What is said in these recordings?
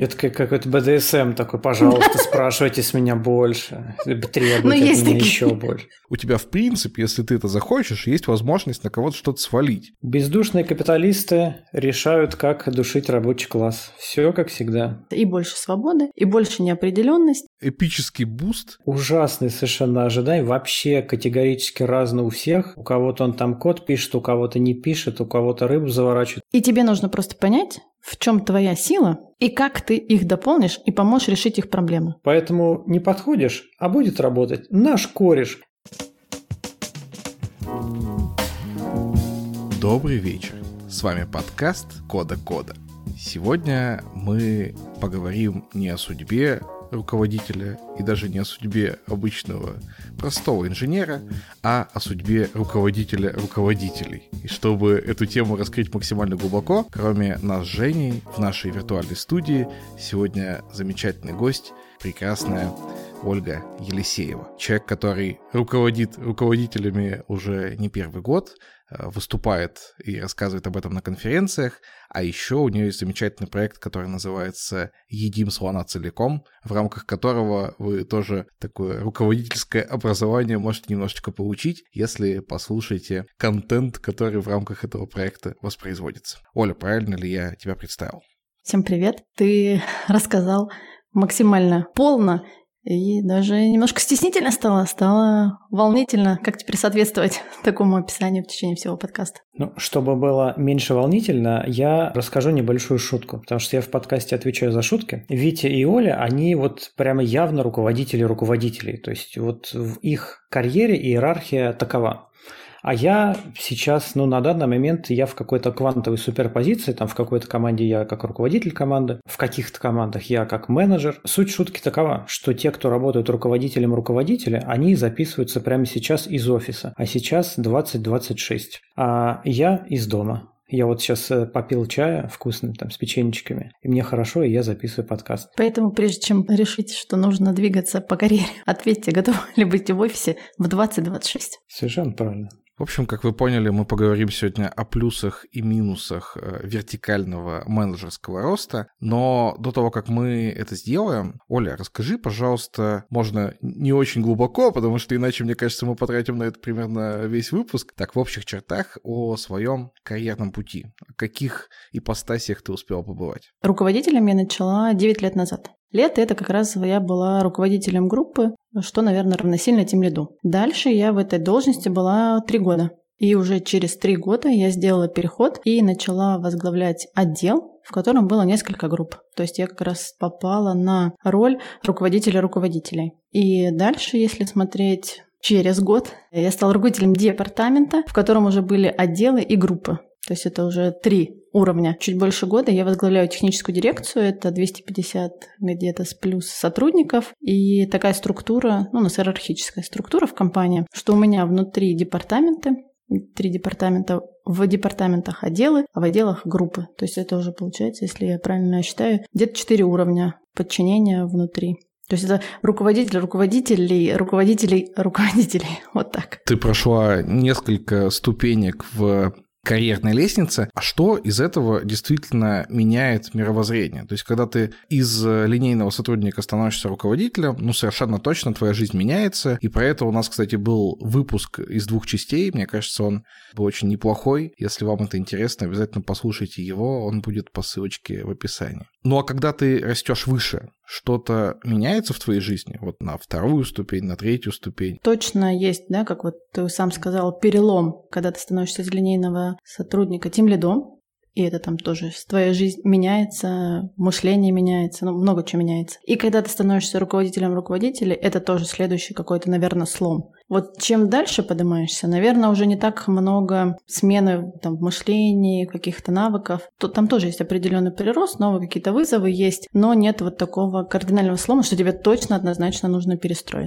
Это какой-то БДСМ такой, пожалуйста, спрашивайте с меня больше, требуйте от меня еще больше. У тебя, в принципе, если ты это захочешь, есть возможность на кого-то что-то свалить. Бездушные капиталисты решают, как душить рабочий класс. Все как всегда. И больше свободы, и больше неопределенности. Эпический буст. Ужасный совершенно ожидание. Вообще категорически разно у всех. У кого-то он там код пишет, у кого-то не пишет, у кого-то рыбу заворачивает. И тебе нужно просто понять, в чем твоя сила и как ты их дополнишь и поможешь решить их проблемы. Поэтому не подходишь, а будет работать наш кореш. Добрый вечер. С вами подкаст Кода Кода. Сегодня мы поговорим не о судьбе руководителя и даже не о судьбе обычного простого инженера, а о судьбе руководителя руководителей. И чтобы эту тему раскрыть максимально глубоко, кроме нас с Женей, в нашей виртуальной студии сегодня замечательный гость, прекрасная Ольга Елисеева. Человек, который руководит руководителями уже не первый год, выступает и рассказывает об этом на конференциях, а еще у нее есть замечательный проект, который называется «Едим слона целиком», в рамках которого вы тоже такое руководительское образование можете немножечко получить, если послушаете контент, который в рамках этого проекта воспроизводится. Оля, правильно ли я тебя представил? Всем привет! Ты рассказал максимально полно, и даже немножко стеснительно стало волнительно, как теперь соответствовать такому описанию в течение всего подкаста. Чтобы было меньше волнительно, я расскажу небольшую шутку, потому что я в подкасте отвечаю за шутки. Витя и Оля, они вот прямо явно руководители руководителей, то есть вот в их карьере иерархия такова. А я сейчас, на данный момент я в какой-то квантовой суперпозиции, там в какой-то команде я как руководитель команды, в каких-то командах я как менеджер. Суть шутки такова, что те, кто работают руководителем руководителя, они записываются прямо сейчас из офиса, а сейчас 20:26. А я из дома. Я вот сейчас попил чая вкусный, там, с печенечками, и мне хорошо, и я записываю подкаст. Поэтому, прежде чем решить, что нужно двигаться по карьере, ответьте, готовы ли быть в офисе в 20:26? Совершенно правильно. В общем, как вы поняли, мы поговорим сегодня о плюсах и минусах вертикального менеджерского роста, но до того, как мы это сделаем, Оля, расскажи, пожалуйста, можно не очень глубоко, потому что иначе, мне кажется, мы потратим на это примерно весь выпуск, так в общих чертах о своем карьерном пути. В каких ипостасиях ты успела побывать? Руководителем я начала 9 лет назад. Это как раз я была руководителем группы, что, наверное, равносильно тимлиду. Дальше я в этой должности была 3 года. И уже через 3 года я сделала переход и начала возглавлять отдел, в котором было несколько групп. То есть я как раз попала на роль руководителя руководителей. И дальше, если смотреть через год, я стала руководителем департамента, в котором уже были отделы и группы. То есть это уже 3 уровня. Чуть больше года я возглавляю техническую дирекцию, это 250 где-то с плюс сотрудников, и такая структура, у нас иерархическая структура в компании, что у меня внутри департаменты, 3 департамента, в департаментах отделы, а в отделах группы. То есть это уже получается, если я правильно считаю, где-то 4 уровня подчинения внутри. То есть это руководителей. Вот так. Ты прошла несколько ступенек в карьерной лестнице, а что из этого действительно меняет мировоззрение? То есть, когда ты из линейного сотрудника становишься руководителем, совершенно точно твоя жизнь меняется, и про это у нас, кстати, был выпуск из 2 частей, мне кажется, он был очень неплохой. Если вам это интересно, обязательно послушайте его, он будет по ссылочке в описании. А когда ты растешь выше, что-то меняется в твоей жизни? Вот на 2-ю ступень, на 3-ю ступень? Точно есть, да, как вот ты сам сказал, перелом, когда ты становишься из линейного сотрудника тимлидом, и это там тоже твоя жизнь меняется, мышление меняется, много чего меняется. И когда ты становишься руководителем руководителей, это тоже следующий какой-то, наверное, слом. Вот чем дальше поднимаешься, наверное, уже не так много смены там, в мышлении, каких-то навыков. Там тоже есть определенный прирост, новые какие-то вызовы есть, но нет вот такого кардинального слома, что тебе точно однозначно нужно перестроиться.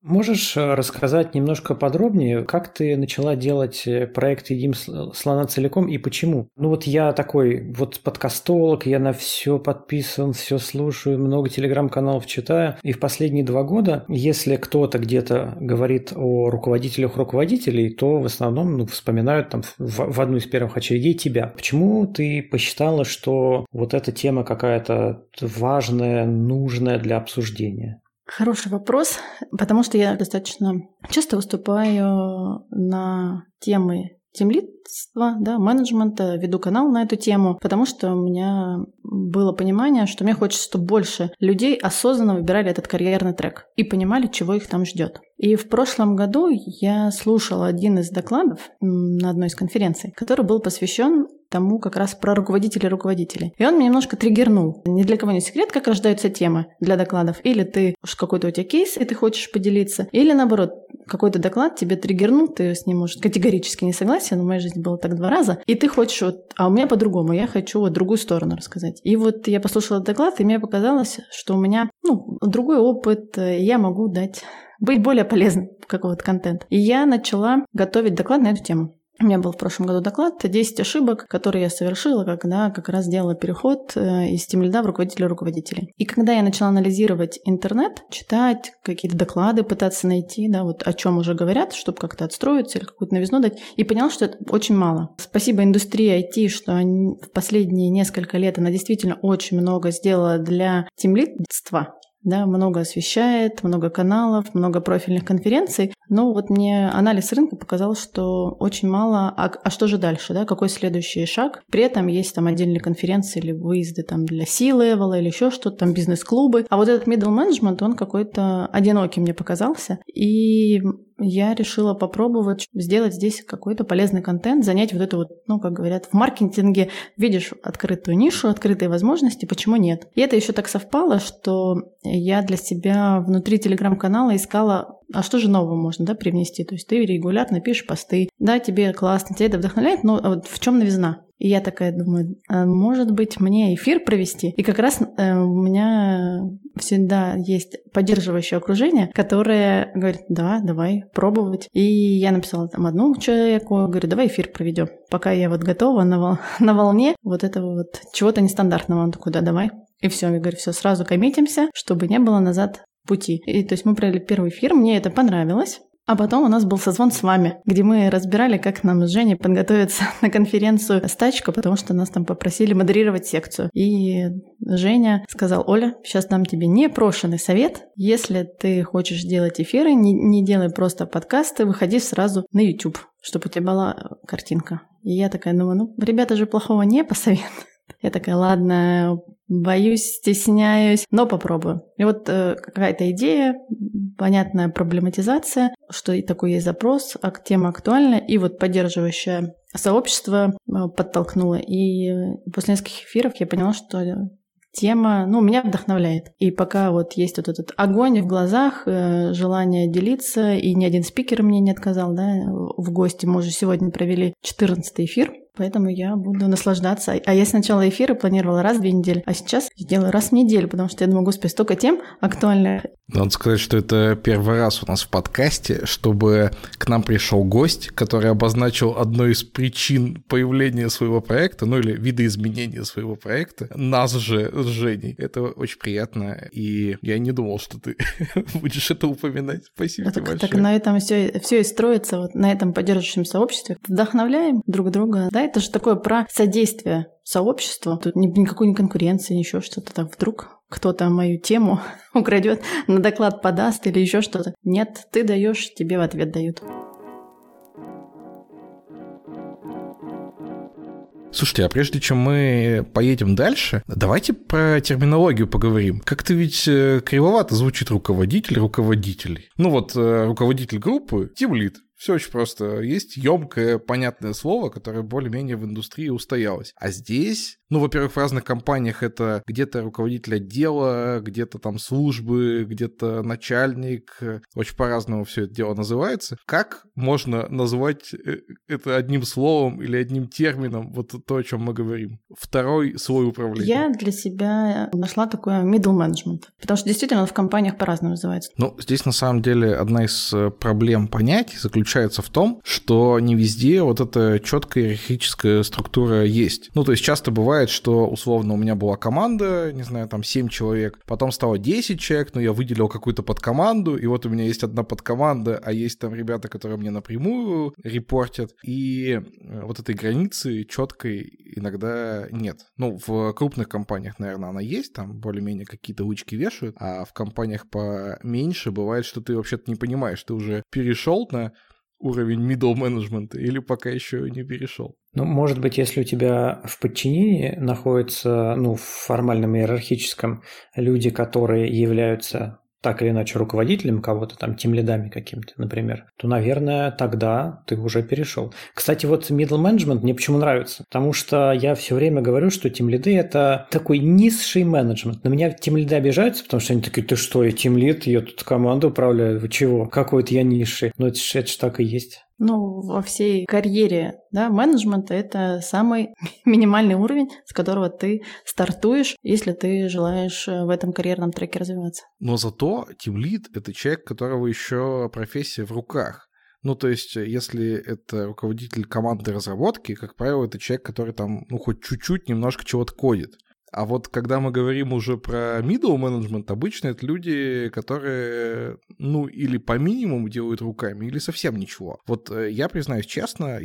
Можешь рассказать немножко подробнее, как ты начала делать проект «Едим слона целиком» и почему? Ну вот я такой вот подкастолог, я на все подписан, все слушаю, много телеграм-каналов читаю, и в последние 2 года, если кто-то где-то говорит о руководителях руководителей, то в основном вспоминают там в одну из первых очередей тебя. Почему ты посчитала, что вот эта тема какая-то важная, нужная для обсуждения? Хороший вопрос, потому что я достаточно часто выступаю на темы тимлидства, менеджмента, веду канал на эту тему, потому что у меня было понимание, что мне хочется, чтобы больше людей осознанно выбирали этот карьерный трек и понимали, чего их там ждет. И в прошлом году я слушала один из докладов на одной из конференций, который был посвящен тому как раз про руководителей. И он меня немножко триггернул. Ни для кого не секрет, как рождаются темы для докладов. Или ты какой-то у тебя кейс, и ты хочешь поделиться, или наоборот, какой-то доклад тебе триггернул, ты с ним, может, категорически не согласен, в моей жизни было так 2 раза, и ты хочешь а у меня по-другому, я хочу другую сторону рассказать. И вот я послушала доклад, и мне показалось, что у меня, другой опыт, я могу быть более полезным какого-то контента. И я начала готовить доклад на эту тему. У меня был в прошлом году доклад 10 ошибок, которые я совершила, когда как раз делала переход из тимлида в руководителей. И когда я начала анализировать интернет, читать какие-то доклады, пытаться найти, о чем уже говорят, чтобы как-то отстроиться или какую-то новизну дать, и поняла, что это очень мало. Спасибо индустрии IT, что в последние несколько лет она действительно очень много сделала для тимлидства. Много освещает, много каналов, много профильных конференций. Но вот мне анализ рынка показал, что очень мало. А что же дальше? Какой следующий шаг? При этом есть там отдельные конференции или выезды там для C-level или еще что-то, там бизнес-клубы. А вот этот middle management, он какой-то одинокий мне показался. И я решила попробовать сделать здесь какой-то полезный контент, занять вот это как говорят, в маркетинге видишь открытую нишу, открытые возможности, почему нет? И это еще так совпало, что я для себя внутри телеграм-канала искала, а что же нового можно, привнести? То есть ты регулярно пишешь посты, тебе классно, тебя это вдохновляет, но вот в чем новизна? И я такая думаю, может быть, мне эфир провести? И как раз у меня всегда есть поддерживающее окружение, которое говорит, давай пробовать. И я написала там одному человеку, говорю, давай эфир проведем. Пока я готова на волне вот этого чего-то нестандартного. Он такой, давай. И все, я говорю, все, сразу коммитимся, чтобы не было назад пути. И то есть мы провели первый эфир, мне это понравилось. А потом у нас был созвон с вами, где мы разбирали, как нам с Женей подготовиться на конференцию «Стачка», потому что нас там попросили модерировать секцию. И Женя сказал, Оля, сейчас дам тебе непрошенный совет. Если ты хочешь делать эфиры, не делай просто подкасты, выходи сразу на YouTube, чтобы у тебя была картинка. И я такая думаю, ребята же плохого не посоветуют. Я такая, ладно, боюсь, стесняюсь, но попробую. И вот какая-то идея, понятная проблематизация, что и такой есть запрос, тема актуальна, и вот поддерживающее сообщество подтолкнуло. И после нескольких эфиров я поняла, что тема, меня вдохновляет. И пока есть вот этот огонь в глазах, желание делиться, и ни один спикер мне не отказал, в гости. Мы уже сегодня провели 14-й эфир, поэтому я буду наслаждаться. А я сначала эфиры планировала раз в 2 недели, а сейчас я делаю раз в неделю, потому что я думаю, господи, столько тем актуальных. Надо сказать, что это первый раз у нас в подкасте, чтобы к нам пришел гость, который обозначил одну из причин появления своего проекта, или видоизменения своего проекта, нас же с Женей. Это очень приятно, и я не думал, что ты будешь это упоминать. Спасибо тебе большое. Так на этом все и строится, на этом поддерживающем сообществе. Вдохновляем друг друга. Это же такое про содействие сообществу. Тут никакой не конкуренции, ничего, что-то там вдруг кто-то мою тему украдет, на доклад подаст или еще что-то. Нет, ты даешь, тебе в ответ дают. Слушайте, а прежде чем мы поедем дальше, давайте про терминологию поговорим. Как-то ведь кривовато звучит руководитель руководителей. Руководитель группы – тимлид. Все очень просто. Есть емкое, понятное слово, которое более-менее в индустрии устоялось. А здесь, во-первых, в разных компаниях это где-то руководитель отдела, где-то там службы, где-то начальник. Очень по-разному все это дело называется. Как можно назвать это одним словом или одним термином, вот то, о чем мы говорим? Второй слой управления. Я для себя нашла такое middle management, потому что действительно в компаниях по-разному называется. Здесь на самом деле одна из проблем понятий заключается в том, что не везде вот эта четкая иерархическая структура есть. То есть часто бывает, что условно у меня была команда, не знаю, там 7 человек, потом стало 10 человек, но я выделил какую-то подкоманду, и вот у меня есть одна подкоманда, а есть там ребята, которые мне напрямую репортят, и вот этой границы четкой иногда нет. В крупных компаниях, наверное, она есть, там более-менее какие-то лычки вешают, а в компаниях поменьше бывает, что ты вообще-то не понимаешь, ты уже перешел на уровень middle management или пока еще не перешел. Может быть, если у тебя в подчинении находятся, в формальном иерархическом люди, которые являются так или иначе руководителем кого-то, там, тимлидами каким-то, например, то, наверное, тогда ты уже перешел. Кстати, вот middle management мне почему нравится? Потому что я все время говорю, что тимлиды – это такой низший менеджмент. На меня тимлиды обижаются, потому что они такие: ты что, я тимлид, я тут команду управляю, вы чего? Какой-то я низший. Это ж так и есть. Во всей карьере, менеджмента это самый минимальный уровень, с которого ты стартуешь, если ты желаешь в этом карьерном треке развиваться. Но зато тимлид — это человек, которого еще профессия в руках. То есть, если это руководитель команды разработки, как правило, это человек, который там, хоть чуть-чуть немножко чего-то кодит. А вот когда мы говорим уже про middle management, обычно это люди, которые, или по минимуму делают руками, или совсем ничего. Вот я признаюсь честно,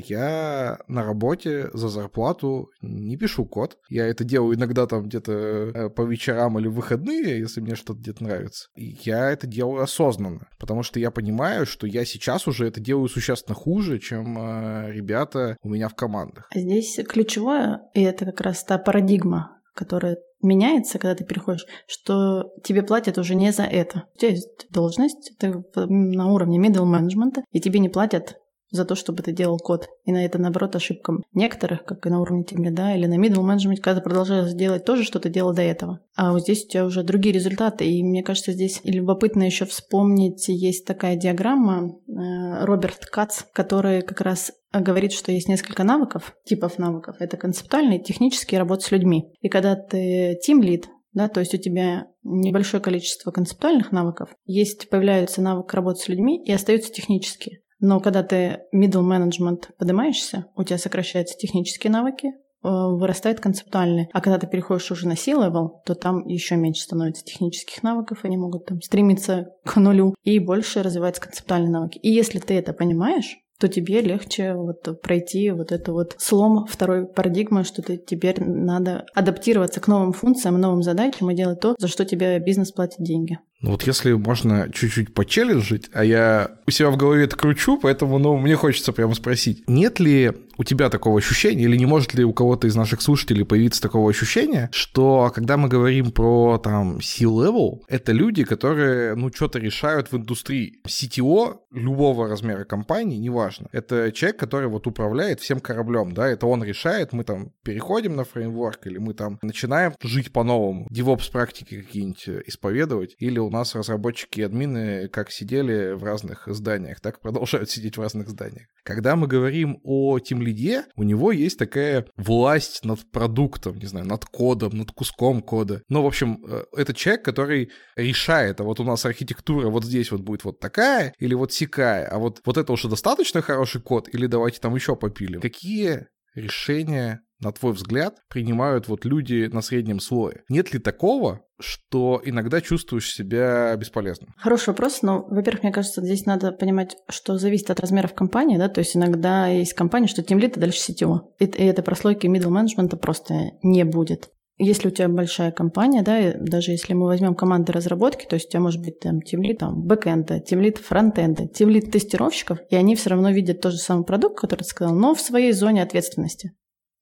я на работе за зарплату не пишу код. Я это делаю иногда там где-то по вечерам или в выходные, если мне что-то где-то нравится. И я это делаю осознанно, потому что я понимаю, что я сейчас уже это делаю существенно хуже, чем ребята у меня в командах. Здесь ключевое, и это как раз та парадигма, которая меняется, когда ты переходишь, что тебе платят уже не за это. У тебя есть должность, ты на уровне middle management, и тебе не платят за то, чтобы ты делал код. И на это, наоборот, ошибкам некоторых, как и на уровне тимлида или на middle management, когда ты продолжаешь делать то же, что ты делал до этого. А вот здесь у тебя уже другие результаты. И мне кажется, здесь любопытно еще вспомнить, есть такая диаграмма Роберт Кац, который как раз говорит, что есть несколько типов навыков. Это концептуальные, технические, работа с людьми. И когда ты тимлид, то есть у тебя небольшое количество концептуальных навыков, появляется навык работы с людьми и остаются технические. Но когда ты middle management поднимаешься, у тебя сокращаются технические навыки, вырастает концептуальные. А когда ты переходишь уже на C-level, то там еще меньше становится технических навыков, они могут там стремиться к нулю, и больше развиваются концептуальные навыки. И если ты это понимаешь, то тебе легче пройти это слом второй парадигмы, что теперь надо адаптироваться к новым функциям, новым задачам и делать то, за что тебе бизнес платит деньги. Если можно чуть-чуть почелленджить, а я у себя в голове это кручу, поэтому, мне хочется прямо спросить, нет ли у тебя такого ощущения, или не может ли у кого-то из наших слушателей появиться такого ощущения, что когда мы говорим про там C-level, это люди, которые, что-то решают в индустрии. CTO любого размера компании, неважно, это человек, который управляет всем кораблем, это он решает, мы там переходим на фреймворк, или мы там начинаем жить по-новому, DevOps практики какие-нибудь исповедовать, или у нас разработчики и админы как сидели в разных зданиях, так продолжают сидеть в разных зданиях. Когда мы говорим о тимлиде, у него есть такая власть над продуктом, не знаю, над кодом, над куском кода. В общем, это человек, который решает, а вот у нас архитектура вот здесь будет вот такая или вот сякая, а вот это уже достаточно хороший код или давайте там еще попилим. Какие решения, на твой взгляд, принимают люди на среднем слое? Нет ли такого, что иногда чувствуешь себя бесполезным? Хороший вопрос, но, во-первых, мне кажется, здесь надо понимать, что зависит от размеров компании, то есть иногда есть компания, что тимлид, а дальше CTO. И этой прослойки middle management просто не будет. Если у тебя большая компания, даже если мы возьмем команды разработки, то есть у тебя может быть там тимлид бэкэнда, тимлид фронтенда, тимлид тестировщиков, и они все равно видят тот же самый продукт, который ты сказал, но в своей зоне ответственности.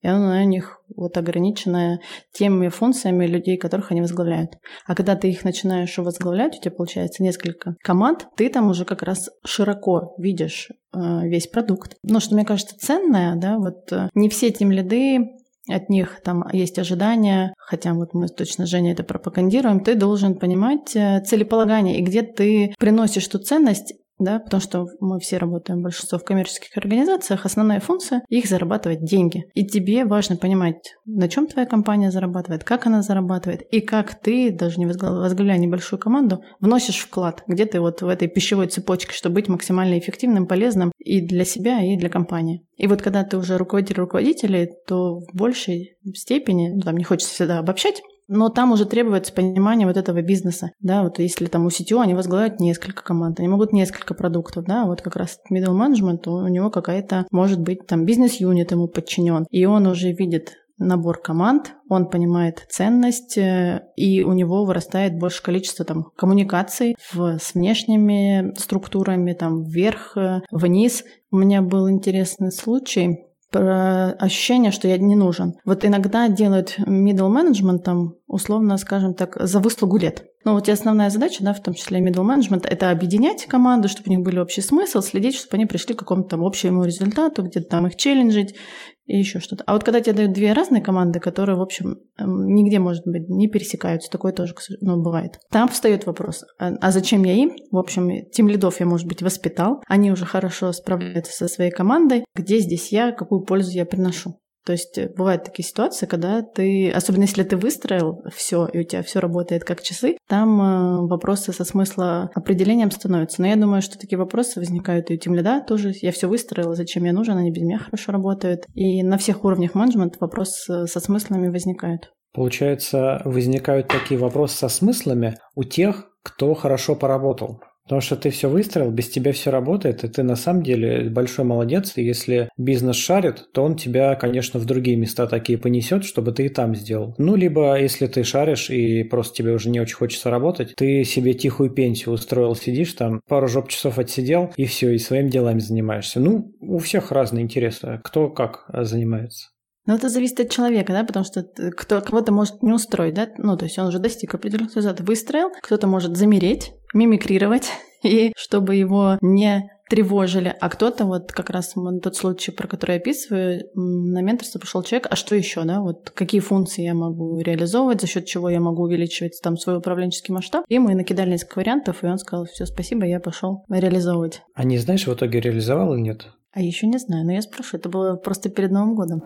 и оно у них вот ограничено теми функциями людей, которых они возглавляют. А когда ты их начинаешь возглавлять, у тебя получается несколько команд, ты там уже как раз широко видишь весь продукт. Но что мне кажется ценное, да, вот не все тимлиды, от них там есть ожидания, хотя вот мы точно, Женя, это пропагандируем, ты должен понимать целеполагание и где ты приносишь ту ценность, да, потому что мы все работаем, большинство в коммерческих организациях, основная функция — их зарабатывать деньги. И тебе важно понимать, на чем твоя компания зарабатывает, как она зарабатывает, и как ты, даже не возглавляя небольшую команду, вносишь вклад, где ты вот в этой пищевой цепочке, чтобы быть максимально эффективным, полезным и для себя, и для компании. И вот когда ты уже руководитель руководителей, то в большей степени, там не хочется всегда обобщать, но там уже требуется понимание вот этого бизнеса, да, вот если там у CTO они возглавляют несколько команд, они могут несколько продуктов, да, вот как раз middle management, у него какая-то, может быть, там бизнес-юнит ему подчинен, и он уже видит набор команд, он понимает ценность, и у него вырастает большее количество там коммуникаций с внешними структурами, там вверх, вниз. У меня был интересный случай про ощущение, что я не нужен. Вот иногда делают middle management, там, условно, скажем так, за выслугу лет. Но вот и основная задача, да, в том числе middle management, это объединять команду, чтобы у них был общий смысл, следить, чтобы они пришли к какому-то там общему результату, где-то там их челленджить и еще что-то. А вот когда тебе дают две разные команды, которые, в общем, нигде, может быть, не пересекаются, такое тоже, бывает. Там встает вопрос, а зачем я им? В общем, тимлидов я, может быть, воспитал, они уже хорошо справляются со своей командой, где здесь я, какую пользу я приношу. То есть бывают такие ситуации, когда ты, особенно если ты выстроил все, и у тебя все работает как часы, там вопросы со смыслоопределением становятся. Но я думаю, что такие вопросы возникают и у тимлида тоже. Я все выстроила, зачем я нужен, они без меня хорошо работают. И на всех уровнях менеджмента вопросы со смыслами возникают. Получается, возникают такие вопросы со смыслами у тех, кто хорошо поработал. Потому что ты все выстроил, без тебя все работает, и ты на самом деле большой молодец. И если бизнес шарит, то он тебя, конечно, в другие места такие понесет, чтобы ты и там сделал. Ну, либо если ты шаришь и просто тебе уже не очень хочется работать, ты себе тихую пенсию устроил, сидишь там, пару жоп-часов отсидел, и все, и своими делами занимаешься. Ну, у всех разные интересы, кто как занимается. Но это зависит от человека, да, потому что кого-то может не устроить, да, ну, то есть он уже достиг определенного результата, выстроил, кто-то может замереть, мимикрировать, и чтобы его не тревожили, а кто-то вот как раз тот случай, про который я описываю, на менторство пришел человек, а что еще, да, вот какие функции я могу реализовывать, за счет чего я могу увеличивать там свой управленческий масштаб, и мы накидали несколько вариантов, и он сказал, все, спасибо, я пошел реализовывать. А не знаешь, в итоге реализовал или нет? А еще не знаю, но я спрошу, это было просто перед Новым годом.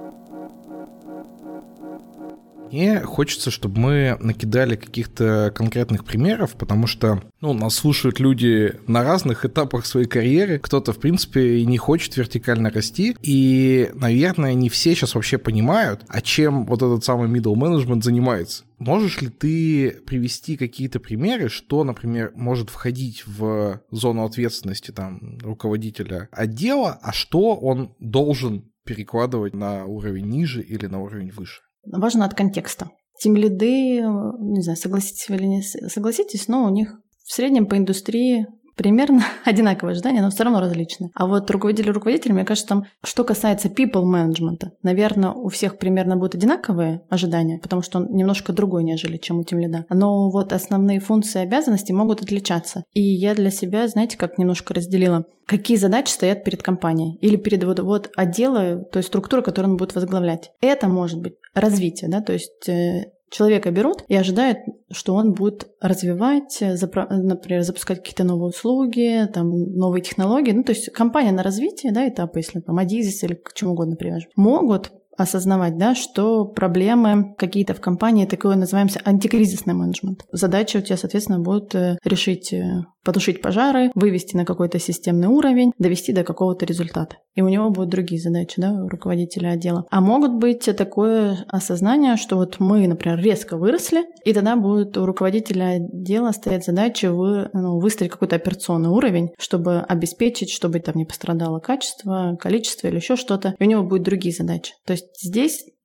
Мне хочется, чтобы мы накидали каких-то конкретных примеров, потому что, нас слушают люди на разных этапах своей карьеры. Кто-то, в принципе, и не хочет вертикально расти. И, наверное, не все сейчас вообще понимают, а чем вот этот самый middle management занимается. Можешь ли ты привести какие-то примеры, что, например, может входить в зону ответственности там, руководителя отдела, а что он должен перекладывать на уровень ниже или на уровень выше? Важно от контекста. Тимлиды, не знаю, согласитесь вы или не согласитесь, но у них в среднем по индустрии примерно одинаковые ожидания, но все равно различные. А вот руководители, мне кажется, там, что касается people management, наверное, у всех примерно будут одинаковые ожидания, потому что он немножко другой, нежели чем у тимлида. Но вот основные функции и обязанности могут отличаться. И я для себя, знаете, как немножко разделила, какие задачи стоят перед компанией или перед вот отделом, то есть структурой, которую он будет возглавлять. Это может быть развитие, да, то есть человека берут и ожидают, что он будет развивать, например, запускать какие-то новые услуги, там, новые технологии. Ну, то есть компания на развитие, да, этапа, если там Адизис или к чему угодно привяжем, могут осознавать, да, что проблемы какие-то в компании, такое называемся антикризисный менеджмент. Задача у тебя, соответственно, будет решить, потушить пожары, вывести на какой-то системный уровень, довести до какого-то результата. И у него будут другие задачи, да, у руководителя отдела. А могут быть такое осознание, что вот мы, например, резко выросли, и тогда будет у руководителя отдела стоять задача выстроить какой-то операционный уровень, чтобы обеспечить, чтобы там не пострадало качество, количество или еще что-то. И у него будут другие задачи. То есть здесь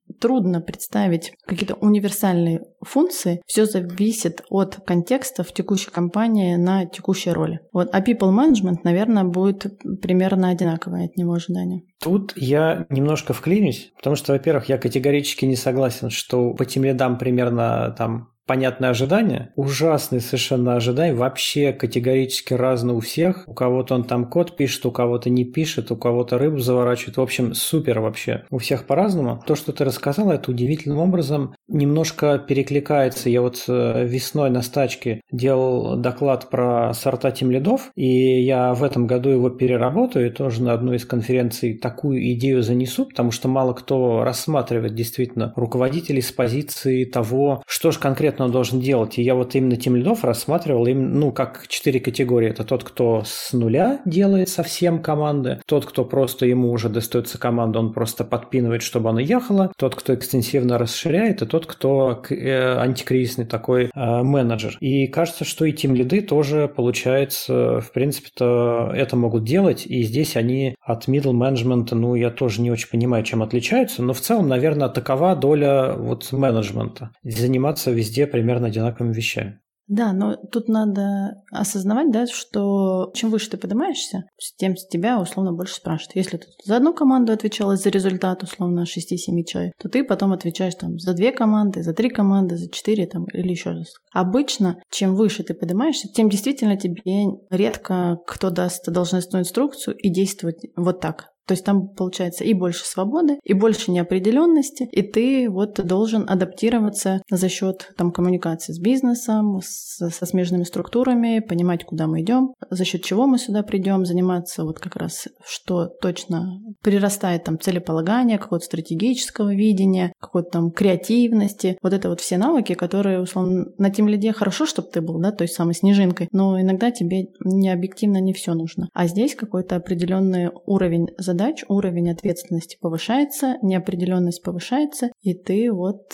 трудно представить какие-то универсальные функции. Все зависит от контекста в текущей компании на текущей роли. Вот. А people management, наверное, будет примерно одинаковое от него ожидание. Тут я немножко вклинюсь, потому что, во-первых, я категорически не согласен, что по тимлидам примерно там понятные ожидания, ужасные совершенно ожидания, вообще категорически разные у всех. У кого-то он там код пишет, у кого-то не пишет, у кого-то рыбу заворачивает. В общем, супер вообще. У всех по-разному. То, что ты рассказал, это удивительным образом немножко перекликается. Я вот весной на стачке делал доклад про сорта тимлидов, и я в этом году его переработаю, и тоже на одну из конференций такую идею занесу, потому что мало кто рассматривает действительно руководителей с позиции того, что же конкретно он должен делать. И я вот именно тимлидов рассматривал как 4 категории. Это тот, кто с нуля делает совсем команды, тот, кто просто ему уже достается команда, он просто подпинывает, чтобы она ехала, тот, кто экстенсивно расширяет, и тот, кто антикризисный такой менеджер. И кажется, что и тимлиды тоже, получается, в принципе-то это могут делать, и здесь они от middle management, я тоже не очень понимаю, чем отличаются, но в целом, наверное, такова доля вот менеджмента. Заниматься везде примерно одинаковыми вещами. Да, но тут надо осознавать, да, что чем выше ты поднимаешься, тем с тебя условно больше спрашивают. Если ты за одну команду отвечала за результат условно 6-7 человек, то ты потом отвечаешь там за 2 команды, за 3 команды, за 4 там, или еще раз. Обычно, чем выше ты поднимаешься, тем действительно тебе редко кто даст должностную инструкцию и действовать вот так. То есть там получается и больше свободы, и больше неопределенности, и ты вот должен адаптироваться за счет там коммуникации с бизнесом, со смежными структурами, понимать, куда мы идем, за счет чего мы сюда придем, заниматься вот как раз, что точно прирастает там целеполагание, какого-то стратегического видения, какой-то там креативности. Вот это вот все навыки, которые, условно, на тимлиде хорошо, чтобы ты был, да, той самой снежинкой, но иногда тебе не объективно не все нужно. А здесь какой-то определенный уровень задач, уровень ответственности повышается, неопределенность повышается, и ты вот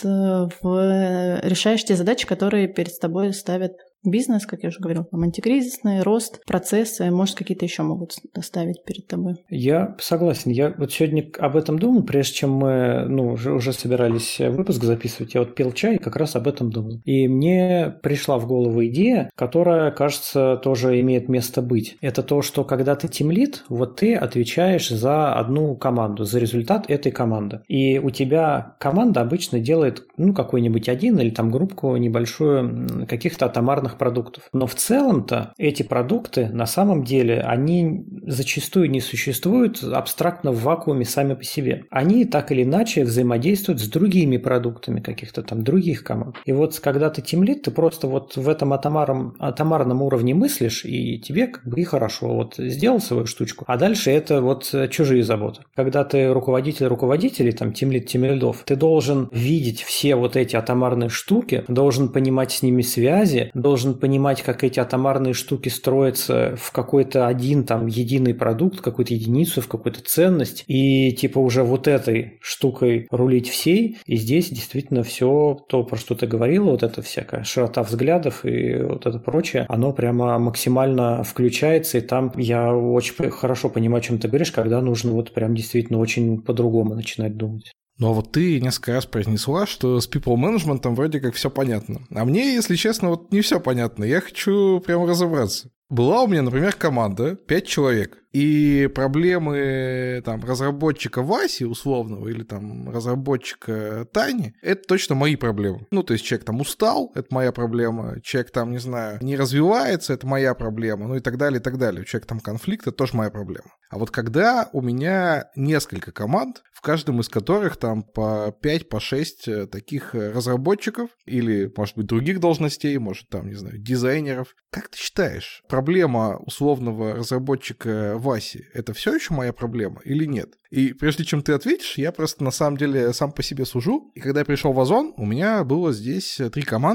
решаешь те задачи, которые перед тобой ставят бизнес, как я уже говорила, там антикризисный, рост, процессы, может, какие-то еще могут ставить перед тобой. Я согласен. Я вот сегодня об этом думал, прежде чем мы уже собирались выпуск записывать. Я вот пил чай и как раз об этом думал. И мне пришла в голову идея, которая, кажется, тоже имеет место быть. Это то, что когда ты тимлид, вот ты отвечаешь за одну команду, за результат этой команды. И у тебя команда обычно делает какой-нибудь один или там группку небольшую каких-то атомарных продуктов. Но в целом-то эти продукты на самом деле, они зачастую не существуют абстрактно в вакууме сами по себе. Они так или иначе взаимодействуют с другими продуктами каких-то там других команд. И вот когда ты тимлид, ты просто вот в этом атомарном уровне мыслишь, и тебе как бы и хорошо. Вот сделал свою штучку, а дальше это вот чужие заботы. Когда ты руководитель руководителей, там тимлид тимлидов, ты должен видеть все вот эти атомарные штуки, должен понимать с ними связи, должен понимать, как эти атомарные штуки строятся в какой-то один там единый продукт, какую-то единицу, в какую-то ценность, и типа уже вот этой штукой рулить всей. И здесь действительно все то, про что ты говорила, вот эта всякая широта взглядов и вот это прочее, оно прямо максимально включается, и там я очень хорошо понимаю, о чем ты говоришь, когда нужно вот прям действительно очень по-другому начинать думать. Ну а вот ты несколько раз произнесла, что с people management вроде как все понятно. А мне, если честно, вот не все понятно. Я хочу прямо разобраться. Была у меня, например, команда 5 человек. И проблемы там разработчика Васи условного или там разработчика Тани — это точно мои проблемы. То есть человек там устал — это моя проблема. Человек там, не знаю, не развивается — это моя проблема. И так далее, и так далее. Человек там конфликт — это тоже моя проблема. А вот когда у меня несколько команд, в каждом из которых там по 5, по 6 таких разработчиков или, может быть, других должностей, может, там, не знаю, дизайнеров, как ты считаешь, проблема условного разработчика Васи — это все еще моя проблема или нет? И прежде чем ты ответишь, я просто на самом деле сам по себе сужу. И когда я пришел в Озон, у меня было здесь 3 команды.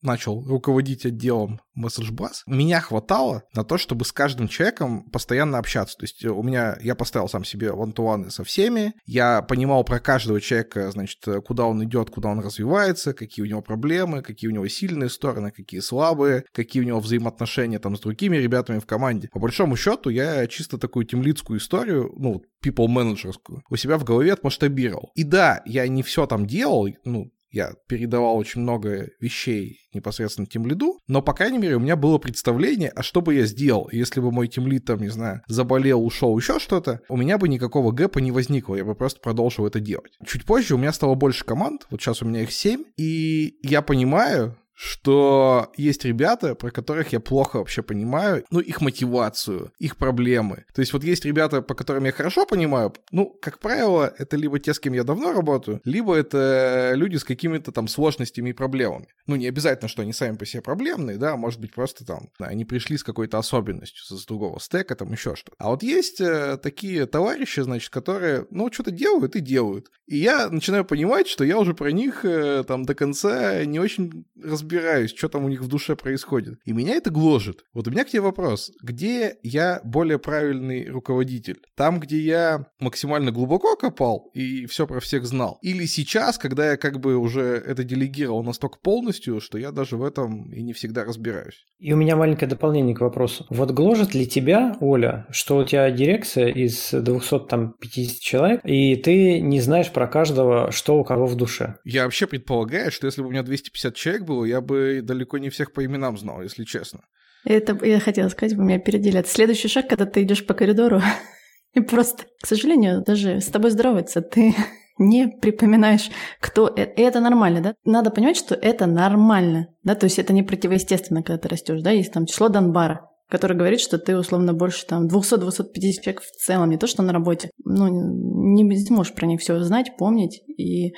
начал руководить отделом MessageBuzz, меня хватало на то, чтобы с каждым человеком постоянно общаться. То есть я поставил сам себе one-to-one со всеми, я понимал про каждого человека, значит, куда он идет, куда он развивается, какие у него проблемы, какие у него сильные стороны, какие слабые, какие у него взаимоотношения там с другими ребятами в команде. По большому счету, я чисто такую тимлидскую историю, people-менеджерскую, у себя в голове отмасштабировал. И да, я не все там делал, я передавал очень много вещей непосредственно тимлиду, но, по крайней мере, у меня было представление, а что бы я сделал, если бы мой тимлид там, не знаю, заболел, ушел, еще что-то, у меня бы никакого гэпа не возникло, я бы просто продолжил это делать. Чуть позже у меня стало больше команд, вот сейчас у меня их 7, и я понимаю, что есть ребята, про которых я плохо вообще понимаю, их мотивацию, их проблемы. То есть вот есть ребята, по которым я хорошо понимаю, как правило, это либо те, с кем я давно работаю, либо это люди с какими-то там сложностями и проблемами. Не обязательно, что они сами по себе проблемные, да, может быть, просто там, они пришли с какой-то особенностью, с другого стека, там еще что-то. А вот есть такие товарищи, значит, которые, что-то делают и делают. И я начинаю понимать, что я уже про них там до конца не очень разбираюсь, что там у них в душе происходит. И меня это гложет. Вот у меня к тебе вопрос. Где я более правильный руководитель? Там, где я максимально глубоко копал и все про всех знал? Или сейчас, когда я как бы уже это делегировал настолько полностью, что я даже в этом и не всегда разбираюсь? И у меня маленькое дополнение к вопросу. Вот гложет ли тебя, Оля, что у тебя дирекция из 250 человек, и ты не знаешь про каждого, что у кого в душе? Я вообще предполагаю, что если бы у меня 250 человек было, я бы далеко не всех по именам знал, если честно. Это я хотела сказать, вы меня опередили. Это следующий шаг, когда ты идешь по коридору, и просто, к сожалению, даже с тобой здороваться ты не припоминаешь, кто это. И это нормально, да? Надо понимать, что это нормально, да? То есть это не противоестественно, когда ты растешь, да? Есть там число Данбара, который говорит, что ты условно больше там 200-250 человек в целом, не то что на работе. Не можешь про них все знать, помнить и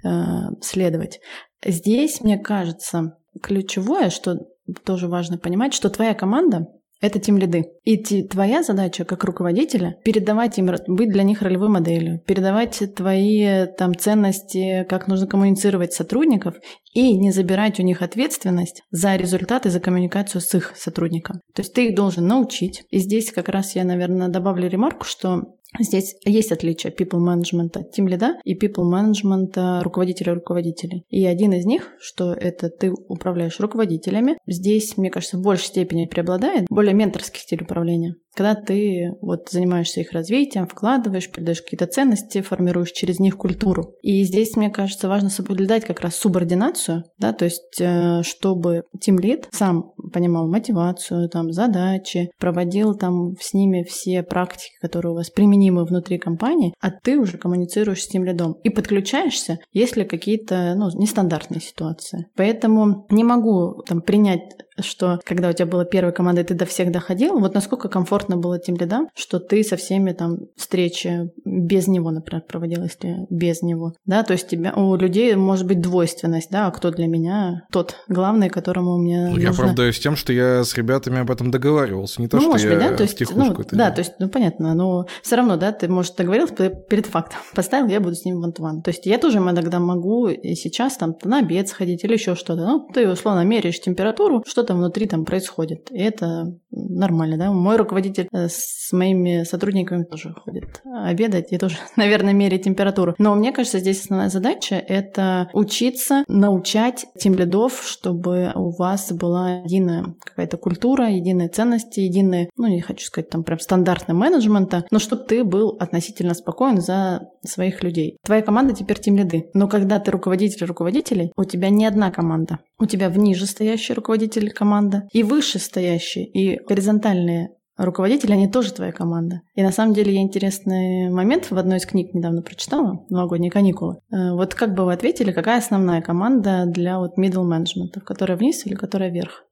следовать. Здесь, мне кажется, ключевое, что тоже важно понимать, что твоя команда — это тимлиды. И твоя задача как руководителя — передавать им, быть для них ролевой моделью, передавать твои там ценности, как нужно коммуницировать с сотрудников, и не забирать у них ответственность за результаты, за коммуникацию с их сотрудником. То есть ты их должен научить. И здесь как раз я, наверное, добавлю ремарку, что здесь есть отличие people management тимлида и people management руководителей. И один из них, что это ты управляешь руководителями, здесь, мне кажется, в большей степени преобладает более менторский стиль управления. Когда ты занимаешься их развитием, вкладываешь, передаешь какие-то ценности, формируешь через них культуру. И здесь, мне кажется, важно соблюдать как раз субординацию, да, то есть чтобы тимлид сам понимал мотивацию, там, задачи, проводил там с ними все практики, которые у вас применимы внутри компании, а ты уже коммуницируешь с тимлидом и подключаешься, если какие-то нестандартные ситуации. Поэтому не могу принять, что когда у тебя была первая команда, и ты до всех доходил, насколько комфортно было тимлидам, что ты со всеми встречи без него, например, проводил, если без него. Да, то есть у людей может быть двойственность, да, а кто для меня тот главный, которому мне нужно... Я оправдаюсь тем, что я с ребятами об этом договаривался, не то, что я быть, да? втихушку это да, делал. то есть, понятно, но все равно, да, ты, может, договорился перед фактом, поставил, я буду с ним one-to-one. То есть я тоже иногда могу и сейчас на обед сходить или еще что-то. Ты условно меряешь температуру, что-то внутри происходит. И это нормально, да. Мой руководитель с моими сотрудниками тоже ходит обедать и тоже, наверное, меряет температуру. Но мне кажется, здесь основная задача — это учиться, научать тимлидов, чтобы у вас была единая какая-то культура, единые ценности, единые, не хочу сказать прям стандартный менеджмента, но чтобы ты был относительно спокоен за своих людей. Твоя команда теперь тимлиды. Но когда ты руководитель руководителей, у тебя не одна команда. У тебя ниже стоящий руководитель команда и выше стоящий, и горизонтальные руководители, они тоже твоя команда. И на самом деле я интересный момент в одной из книг недавно прочитала, «Новогодние каникулы». Как бы вы ответили, какая основная команда для middle management, которая вниз или которая вверх?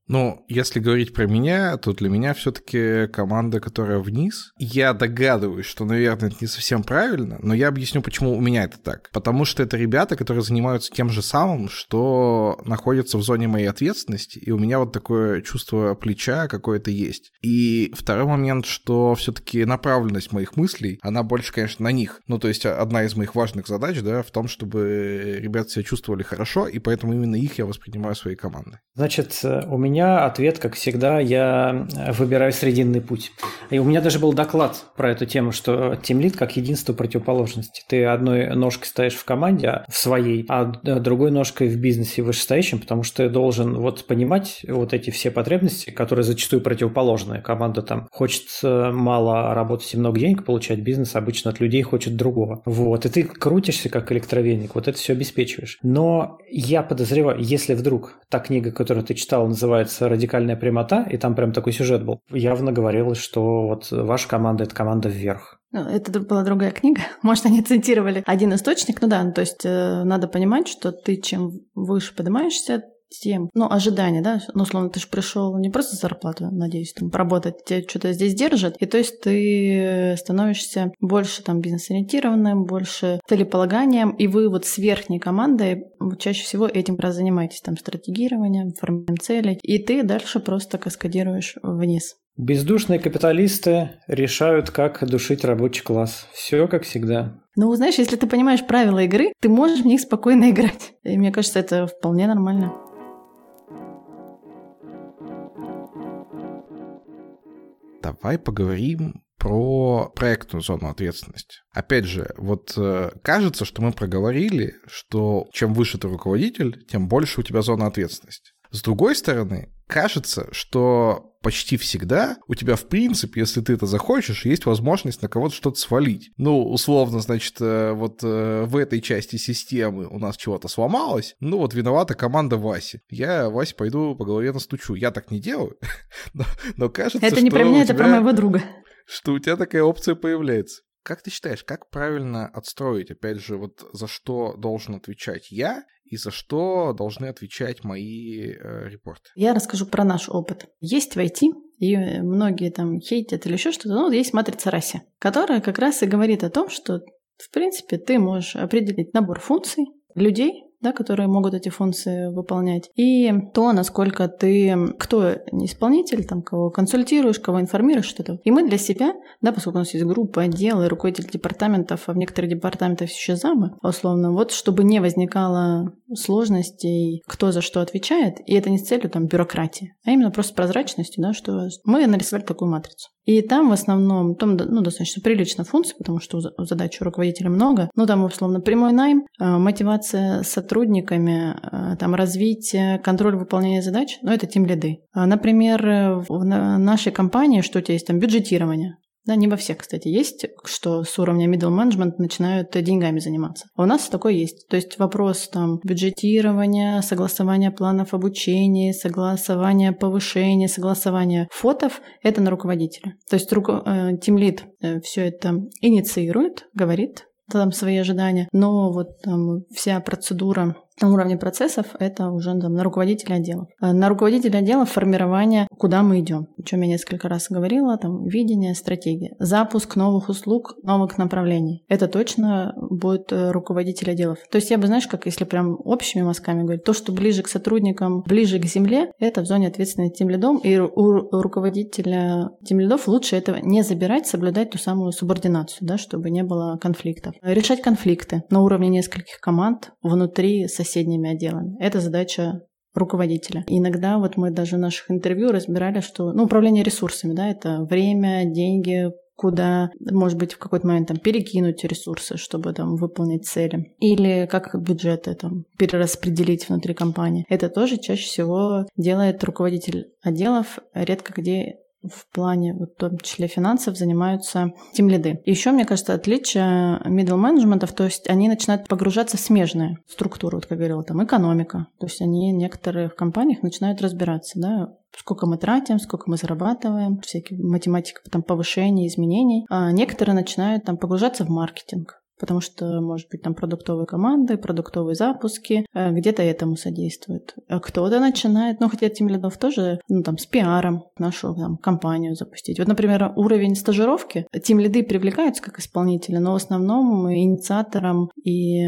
Ну, если говорить про меня, то для меня все-таки команда, которая вниз. Я догадываюсь, что, наверное, это не совсем правильно, но я объясню, почему у меня это так. Потому что это ребята, которые занимаются тем же самым, что находятся в зоне моей ответственности, и у меня вот такое чувство плеча какое-то есть. И второй момент, что все-таки направленность моих мыслей, она больше, конечно, на них. Ну, то есть одна из моих важных задач, да, в том, чтобы ребята себя чувствовали хорошо, и поэтому именно их я воспринимаю своей командой. Значит, у меня ответ, как всегда, я выбираю срединный путь. И у меня даже был доклад про эту тему, что тимлид как единство противоположности. Ты одной ножкой стоишь в команде, в своей, а другой ножкой в бизнесе вышестоящем, потому что ты должен вот понимать вот эти все потребности, которые зачастую противоположные. Команда там хочет мало работать и много денег получать, бизнес обычно от людей хочет другого. Вот, и ты крутишься как электровеник, вот это все обеспечиваешь. Но я подозреваю, если вдруг та книга, которую ты читал, называется «Радикальная прямота», и там прям такой сюжет был, явно говорилось, что вот ваша команда – это команда вверх. Это была другая книга. Может, они цитировали один источник. Ну да, то есть надо понимать, что ты чем выше поднимаешься, тем, ожидания, да, условно, ты же пришел не просто зарплату, надеюсь, там, поработать, тебя что-то здесь держит, и то есть ты становишься больше там бизнес-ориентированным, больше целеполаганием, и вы вот с верхней командой чаще всего этим как раз занимаетесь, там, стратегированием, формированием целей, и ты дальше просто каскадируешь вниз. Бездушные капиталисты решают, как душить рабочий класс. Все как всегда. Знаешь, если ты понимаешь правила игры, ты можешь в них спокойно играть. И мне кажется, это вполне нормально. Давай поговорим про проектную зону ответственности. Опять же, вот кажется, что мы проговорили, что чем выше ты руководитель, тем больше у тебя зона ответственности. С другой стороны, кажется, что почти всегда у тебя, в принципе, если ты это захочешь, есть возможность на кого-то что-то свалить. Условно, значит, вот в этой части системы у нас чего-то сломалось, вот виновата команда Васи. Я Васе пойду по голове настучу. Я так не делаю, но кажется, это не про меня, это про моего друга. Что у тебя такая опция появляется. Как ты считаешь, как правильно отстроить, опять же, вот за что должен отвечать я и за что должны отвечать мои репорты? Я расскажу про наш опыт. Есть в IT, и многие там хейтят или еще что-то, есть матрица Расси, которая как раз и говорит о том, что, в принципе, ты можешь определить набор функций, людей, да, которые могут эти функции выполнять, и то, насколько ты, кто исполнитель, там, кого консультируешь, кого информируешь, что-то. И мы для себя, да, поскольку у нас есть группа, отделы, руководители департаментов, а в некоторых департаментах еще замы, условно, вот чтобы не возникало сложностей, кто за что отвечает, и это не с целью там бюрократии, а именно просто прозрачностью, да, что мы нарисовали такую матрицу. И там в основном, достаточно прилично функций, потому что задач у руководителя много. Там, условно, прямой найм, мотивация с сотрудниками, там, развитие, контроль выполнения задач, это тимлиды. Например, в нашей компании, что у тебя есть там бюджетирование. Да, не во всех, кстати, есть, что с уровня middle management начинают деньгами заниматься. А у нас такое есть. То есть вопрос там бюджетирования, согласования планов обучения, согласования повышения, согласования фотов – это на руководителя. То есть тимлид все это инициирует, говорит там свои ожидания, но вот там вся процедура на уровне процессов это уже там на руководителя отделов. На руководителя отделов формирование, куда мы идем. О чем я несколько раз говорила, там видение, стратегия. Запуск новых услуг, новых направлений. Это точно будет руководитель отделов. То есть я бы, знаешь, как если прям общими мазками говорить, то, что ближе к сотрудникам, ближе к земле, это в зоне ответственности тимлидом, и у руководителя тимлидов лучше этого не забирать, соблюдать ту самую субординацию, да, чтобы не было конфликтов. Решать конфликты на уровне нескольких команд внутри соседними отделами. Это задача руководителя. И иногда вот мы даже в наших интервью разбирали, что управление ресурсами, да, это время, деньги, куда, может быть, в какой-то момент там перекинуть ресурсы, чтобы там выполнить цели. Или как бюджеты там перераспределить внутри компании. Это тоже чаще всего делает руководитель отделов, редко где в плане, в том числе финансов, занимаются тимлиды. Еще, мне кажется, отличие middle менеджментов, то есть они начинают погружаться в смежные структуры, вот как говорила, там экономика. То есть они в некоторых компаниях начинают разбираться, да, сколько мы тратим, сколько мы зарабатываем, всякие математика там повышения, изменений. А некоторые начинают там погружаться в маркетинг. потому что, может быть, там продуктовые команды, продуктовые запуски, где-то этому содействует. А кто-то начинает, хотя тимлидов тоже, там, с пиаром нашу там компанию запустить. Вот, например, уровень стажировки. Тимлиды привлекаются как исполнители, но в основном инициатором и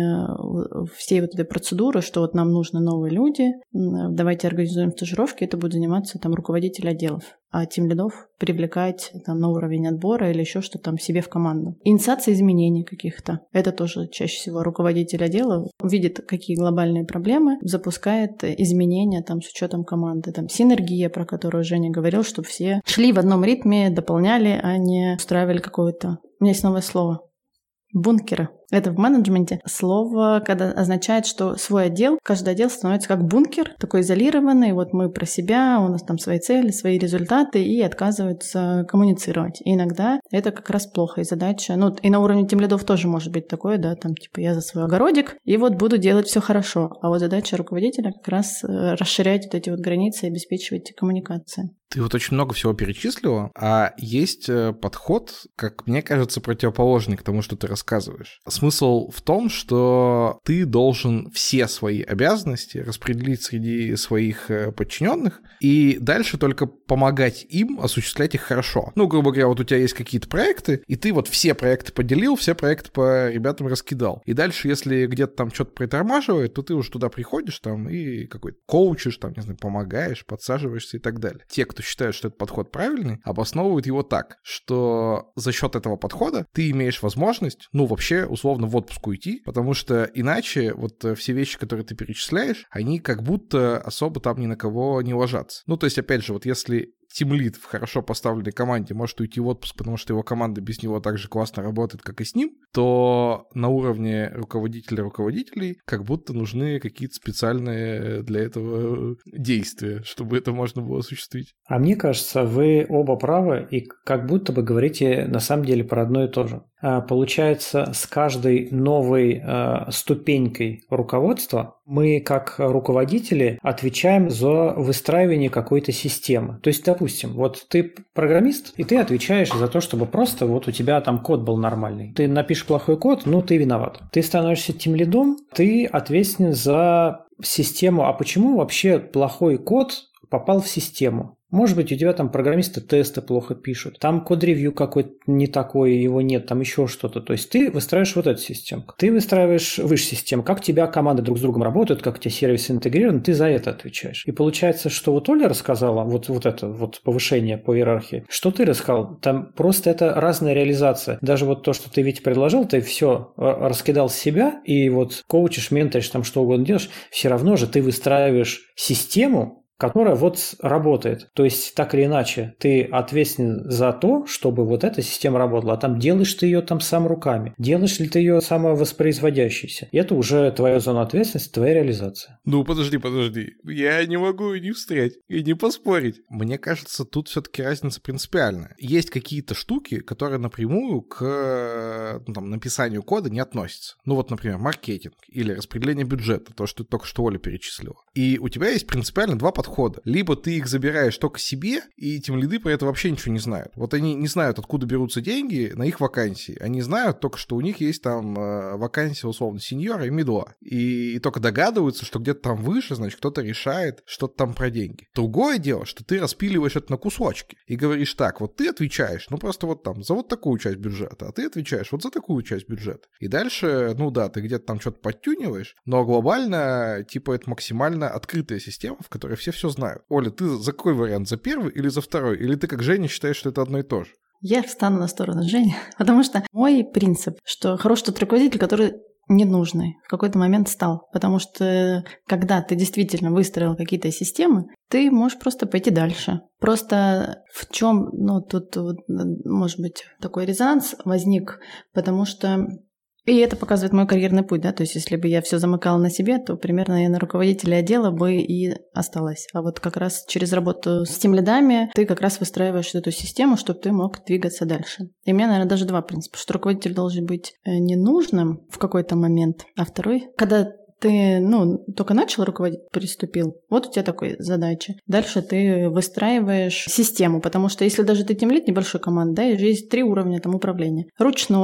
всей вот этой процедуры, что вот нам нужны новые люди, давайте организуем стажировки, это будет заниматься там руководитель отделов. А тимлидов привлекать там, на уровень отбора или еще что-то там себе в команду. Инициация изменений каких-то. Это тоже чаще всего руководитель отдела видит, какие глобальные проблемы, запускает изменения там, с учетом команды. Там синергия, про которую Женя говорил, чтобы все шли в одном ритме, дополняли, а не устраивали какое-то... У меня есть новое слово. Бункеры. Это в менеджменте слово, когда означает, что свой отдел, каждый отдел становится как бункер, такой изолированный, вот мы про себя, у нас там свои цели, свои результаты, и отказываются коммуницировать. И иногда это как раз плохо, и задача, и на уровне тимлидов тоже может быть такое, да, там типа я за свой огородик, и вот буду делать все хорошо. А вот задача руководителя как раз расширять вот эти вот границы и обеспечивать коммуникации. Ты вот очень много всего перечислила, а есть подход, как мне кажется, противоположный к тому, что ты рассказываешь. Смысл в том, что ты должен все свои обязанности распределить среди своих подчиненных и дальше только помогать им осуществлять их хорошо. Грубо говоря, вот у тебя есть какие-то проекты, и ты вот все проекты поделил, все проекты по ребятам раскидал. И дальше, если где-то там что-то притормаживает, то ты уже туда приходишь там и какой-то коучишь, там, не знаю, помогаешь, подсаживаешься и так далее. Те, кто считает, что этот подход правильный, обосновывают его так, что за счет этого подхода ты имеешь возможность, вообще, условно, в отпуск уйти, потому что иначе вот все вещи, которые ты перечисляешь, они как будто особо там ни на кого не ложатся. То есть, опять же, вот если тимлид в хорошо поставленной команде может уйти в отпуск, потому что его команда без него так же классно работает, как и с ним, то на уровне руководителей как будто нужны какие-то специальные для этого действия, чтобы это можно было осуществить. А мне кажется, вы оба правы и как будто бы говорите на самом деле про одно и то же. Получается, с каждой новой ступенькой руководства мы, как руководители, отвечаем за выстраивание какой-то системы. То есть, допустим, вот ты программист, и ты отвечаешь за то, чтобы просто вот у тебя там код был нормальный. Ты напишешь плохой код, ты виноват. Ты становишься тимлидом, ты ответственен за систему. А почему вообще плохой код попал в систему? Может быть, у тебя там программисты тесты плохо пишут, там код-ревью какой-то не такой, его нет, там еще что-то. То есть ты выстраиваешь вот эту систему. Ты выстраиваешь выше систему, как у тебя команды друг с другом работают, как у тебя сервисы интегрированы, ты за это отвечаешь. И получается, что вот Оля рассказала, вот это вот повышение по иерархии, что ты рассказал, там просто это разная реализация. Даже вот то, что ты, Витя, предложил, ты все раскидал с себя, и вот коучишь, менторишь, там что угодно делаешь, все равно же ты выстраиваешь систему, которая вот работает. То есть, так или иначе, ты ответственен за то, чтобы вот эта система работала. А там делаешь ты ее там сам руками. Делаешь ли ты ее самовоспроизводящейся. И это уже твоя зона ответственности, твоя реализация. Подожди. Я не могу не встрять и не поспорить. Мне кажется, тут все-таки разница принципиальная. Есть какие-то штуки, которые напрямую к написанию кода не относятся. Например, маркетинг или распределение бюджета, то, что ты только что Оля перечислила. И у тебя есть принципиально два подхода. Либо ты их забираешь только себе, и тимлиды про это вообще ничего не знают. Вот они не знают, откуда берутся деньги на их вакансии. Они знают только, что у них есть там вакансия, условно, сеньора и мидла. И только догадываются, что где-то там выше, значит, кто-то решает что-то там про деньги. Другое дело, что ты распиливаешь это на кусочки и говоришь так, вот ты отвечаешь, просто вот там за вот такую часть бюджета, а ты отвечаешь вот за такую часть бюджета. И дальше, ты где-то там что-то подтюниваешь, но глобально, это максимально открытая система, в которой все знают. Оля, ты за какой вариант? За первый или за второй? Или ты, как Женя, считаешь, что это одно и то же? Я встану на сторону Жени, потому что мой принцип, что хороший тот руководитель, который ненужный, в какой-то момент стал. Потому что когда ты действительно выстроил какие-то системы, ты можешь просто пойти дальше. Просто в чем, тут может быть такой резонанс возник, потому что и это показывает мой карьерный путь, да, то есть если бы я все замыкала на себе, то примерно я на руководителя отдела бы и осталась. А вот как раз через работу с тимлидами ты как раз выстраиваешь эту систему, чтобы ты мог двигаться дальше. И у меня, наверное, даже два принципа, что руководитель должен быть ненужным в какой-то момент, а второй, когда ты, только начал руководить, приступил, вот у тебя такая задача. Дальше ты выстраиваешь систему, потому что если даже ты тимлид небольшой команды, да, и же есть 3 уровня там управления. Ручной,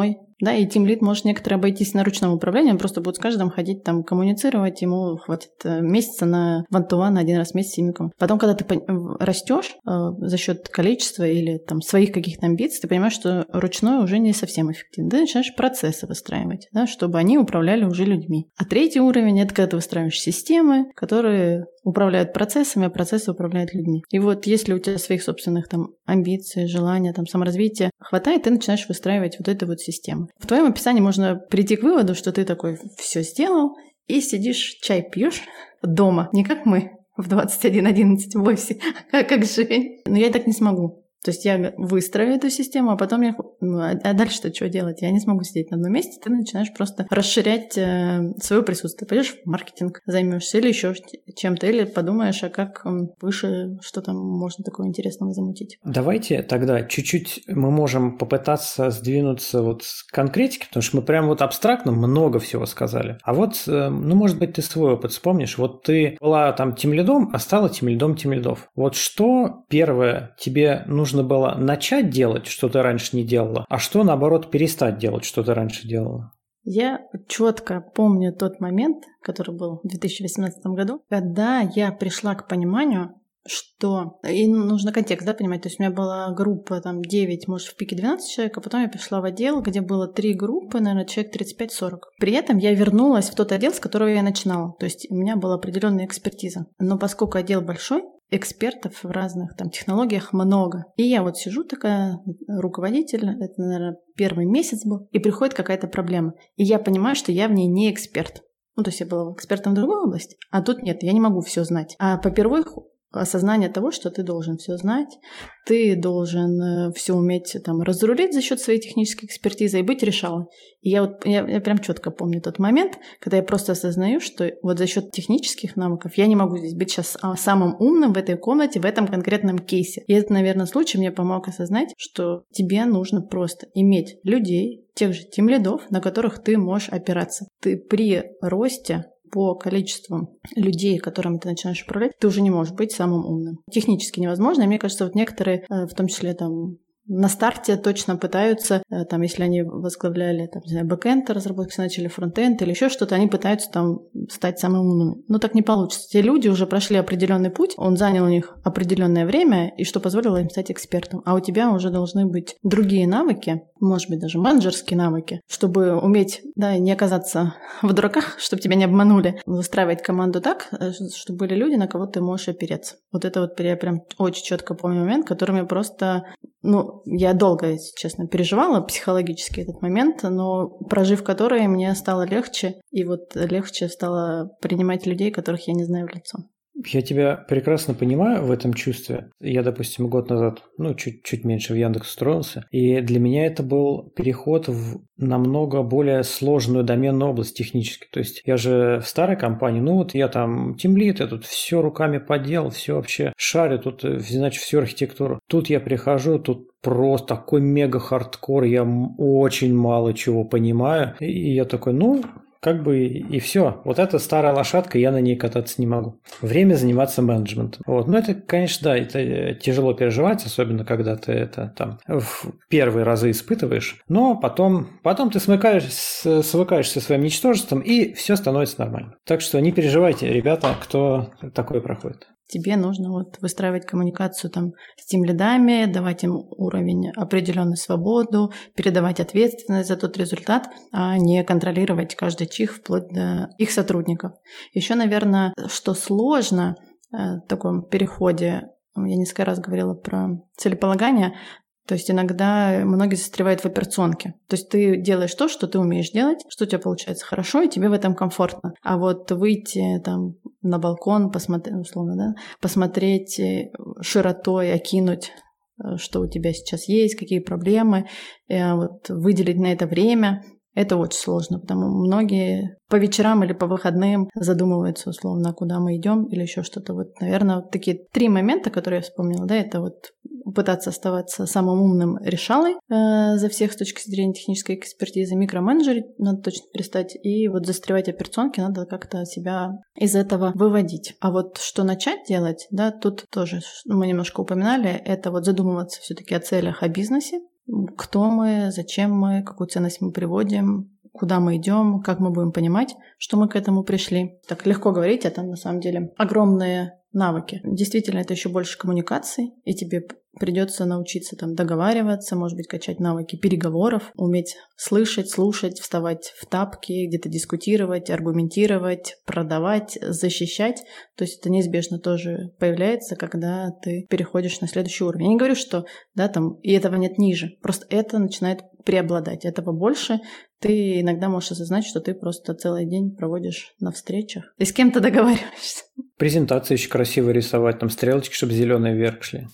Да, и тимлид может некоторые обойтись на ручном управлении, он просто будет с каждым ходить там коммуницировать, ему хватит месяца на one-to-one, один раз в месяц с семиком. Потом, когда ты растешь за счет количества или там своих каких-то амбиций, ты понимаешь, что ручной уже не совсем эффективно. Ты начинаешь процессы выстраивать, да, чтобы они управляли уже людьми. А третий уровень — это когда ты выстраиваешь системы, которые управляют процессами, а процессы управляют людьми. И вот если у тебя своих собственных там амбиций, желания, там саморазвития хватает, ты начинаешь выстраивать вот эту вот систему. В твоем описании можно прийти к выводу, что ты такой все сделал и сидишь, чай пьешь дома, не как мы в 21:11 в офисе, а как Жень. Но я так не смогу. То есть я выстрою эту систему, а потом а дальше-то что делать? Я не смогу сидеть на одном месте. Ты начинаешь просто расширять свое присутствие. Пойдешь в маркетинг, займешься или еще чем-то, или подумаешь, а как выше, что там можно такого интересного замутить. Давайте тогда чуть-чуть мы можем попытаться сдвинуться вот с конкретики, потому что мы прям вот абстрактно много всего сказали. А вот, ну, может быть, ты свой опыт вспомнишь. Вот ты была там тимлидом, а стала тимлидом тимлидов. Вот что первое тебе нужно было начать делать, что ты раньше не делала, а что, наоборот, перестать делать, что ты раньше делала? Я четко помню тот момент, который был в 2018 году, когда я пришла к пониманию, что... И нужно контекст, да, понимать. То есть у меня была группа там 9, может, в пике 12 человек, а потом я пришла в отдел, где было 3 группы, наверное, человек 35-40. При этом я вернулась в тот отдел, с которого я начинала. То есть у меня была определенная экспертиза. Но поскольку отдел большой, экспертов в разных там технологиях много. И я вот сижу такая, руководитель, это, наверное, первый месяц был, и приходит какая-то проблема. И я понимаю, что я в ней не эксперт. Ну, то есть я была экспертом в другой области, а тут нет, я не могу все знать. А попервых осознание того, что ты должен все знать, ты должен все уметь там разрулить за счет своей технической экспертизы и быть решалой. И я прям четко помню тот момент, когда я просто осознаю, что вот за счет технических навыков я не могу здесь быть сейчас самым умным в этой комнате, в этом конкретном кейсе. И это, наверное, случай мне помог осознать, что тебе нужно просто иметь людей, тех же тимлидов, на которых ты можешь опираться. Ты при росте по количеству людей, которыми ты начинаешь управлять, ты уже не можешь быть самым умным. Технически невозможно. И мне кажется, вот некоторые, в том числе там на старте точно пытаются, там, если они возглавляли, там, не знаю, бэкэнд разработки, начали фронтенд или еще что-то, они пытаются там стать самыми умными. Но так не получится. Те люди уже прошли определенный путь, он занял у них определенное время, и что позволило им стать экспертом. А у тебя уже должны быть другие навыки, может быть, даже менеджерские навыки, чтобы уметь, да, не оказаться в дураках, чтобы тебя не обманули, выстраивать команду так, чтобы были люди, на кого ты можешь опереться. Вот это вот я прям очень четко помню момент, который мне просто... Ну, я долго, если честно, переживала психологически этот момент, но прожив который, мне стало легче, и вот легче стало принимать людей, которых я не знаю в лицо. Я тебя прекрасно понимаю в этом чувстве. Я, допустим, год назад, чуть меньше в Яндекс устроился, и для меня это был переход в намного более сложную доменную область технически. То есть я же в старой компании, я там тимлид, я тут все руками поделал, все вообще шарю, тут, значит, всю архитектуру. Тут я прихожу, тут просто такой мега-хардкор, я очень мало чего понимаю, и я такой, как бы и все. Вот эта старая лошадка, я на ней кататься не могу. Время заниматься менеджментом. Вот. Но это, конечно, да, это тяжело переживать, особенно когда ты это там в первые разы испытываешь. Но потом ты свыкаешься со своим ничтожеством, и все становится нормально. Так что не переживайте, ребята, кто такое проходит. Тебе нужно вот выстраивать коммуникацию там с тимлидами, давать им уровень определенную свободу, передавать ответственность за тот результат, а не контролировать каждый чих вплоть до их сотрудников. Еще, наверное, что сложно в таком переходе, я несколько раз говорила про целеполагание, то есть иногда многие застревают в операционке. То есть ты делаешь то, что ты умеешь делать, что у тебя получается хорошо, и тебе в этом комфортно. А вот выйти там на балкон, посмотреть широтой, окинуть, что у тебя сейчас есть, какие проблемы, вот выделить на это время — это очень сложно, потому что многие по вечерам или по выходным задумываются условно, куда мы идем или еще что-то. Вот, наверное, вот такие 3 момента, которые я вспомнила, да, это вот пытаться оставаться самым умным решалой за всех с точки зрения технической экспертизы, микроменеджерить надо точно перестать, и вот застревать операционки надо как-то себя из этого выводить. А вот что начать делать, да, тут тоже мы немножко упоминали, это вот задумываться все-таки о целях, о бизнесе, кто мы, зачем мы, какую ценность мы приводим, куда мы идем, как мы будем понимать, что мы к этому пришли. Так легко говорить, а там на самом деле огромные навыки. Действительно, это еще больше коммуникаций, и тебе придется научиться там договариваться, может быть, качать навыки переговоров, уметь слышать, слушать, вставать в тапки, где-то дискутировать, аргументировать, продавать, защищать. То есть это неизбежно тоже появляется, когда ты переходишь на следующий уровень. Я не говорю, что да, там, и этого нет ниже. Просто это начинает преобладать. Этого больше. Ты иногда можешь осознать, что ты просто целый день проводишь на встречах и с кем-то договариваешься. Презентации еще красиво рисовать, там стрелочки, чтобы зеленые вверх шли.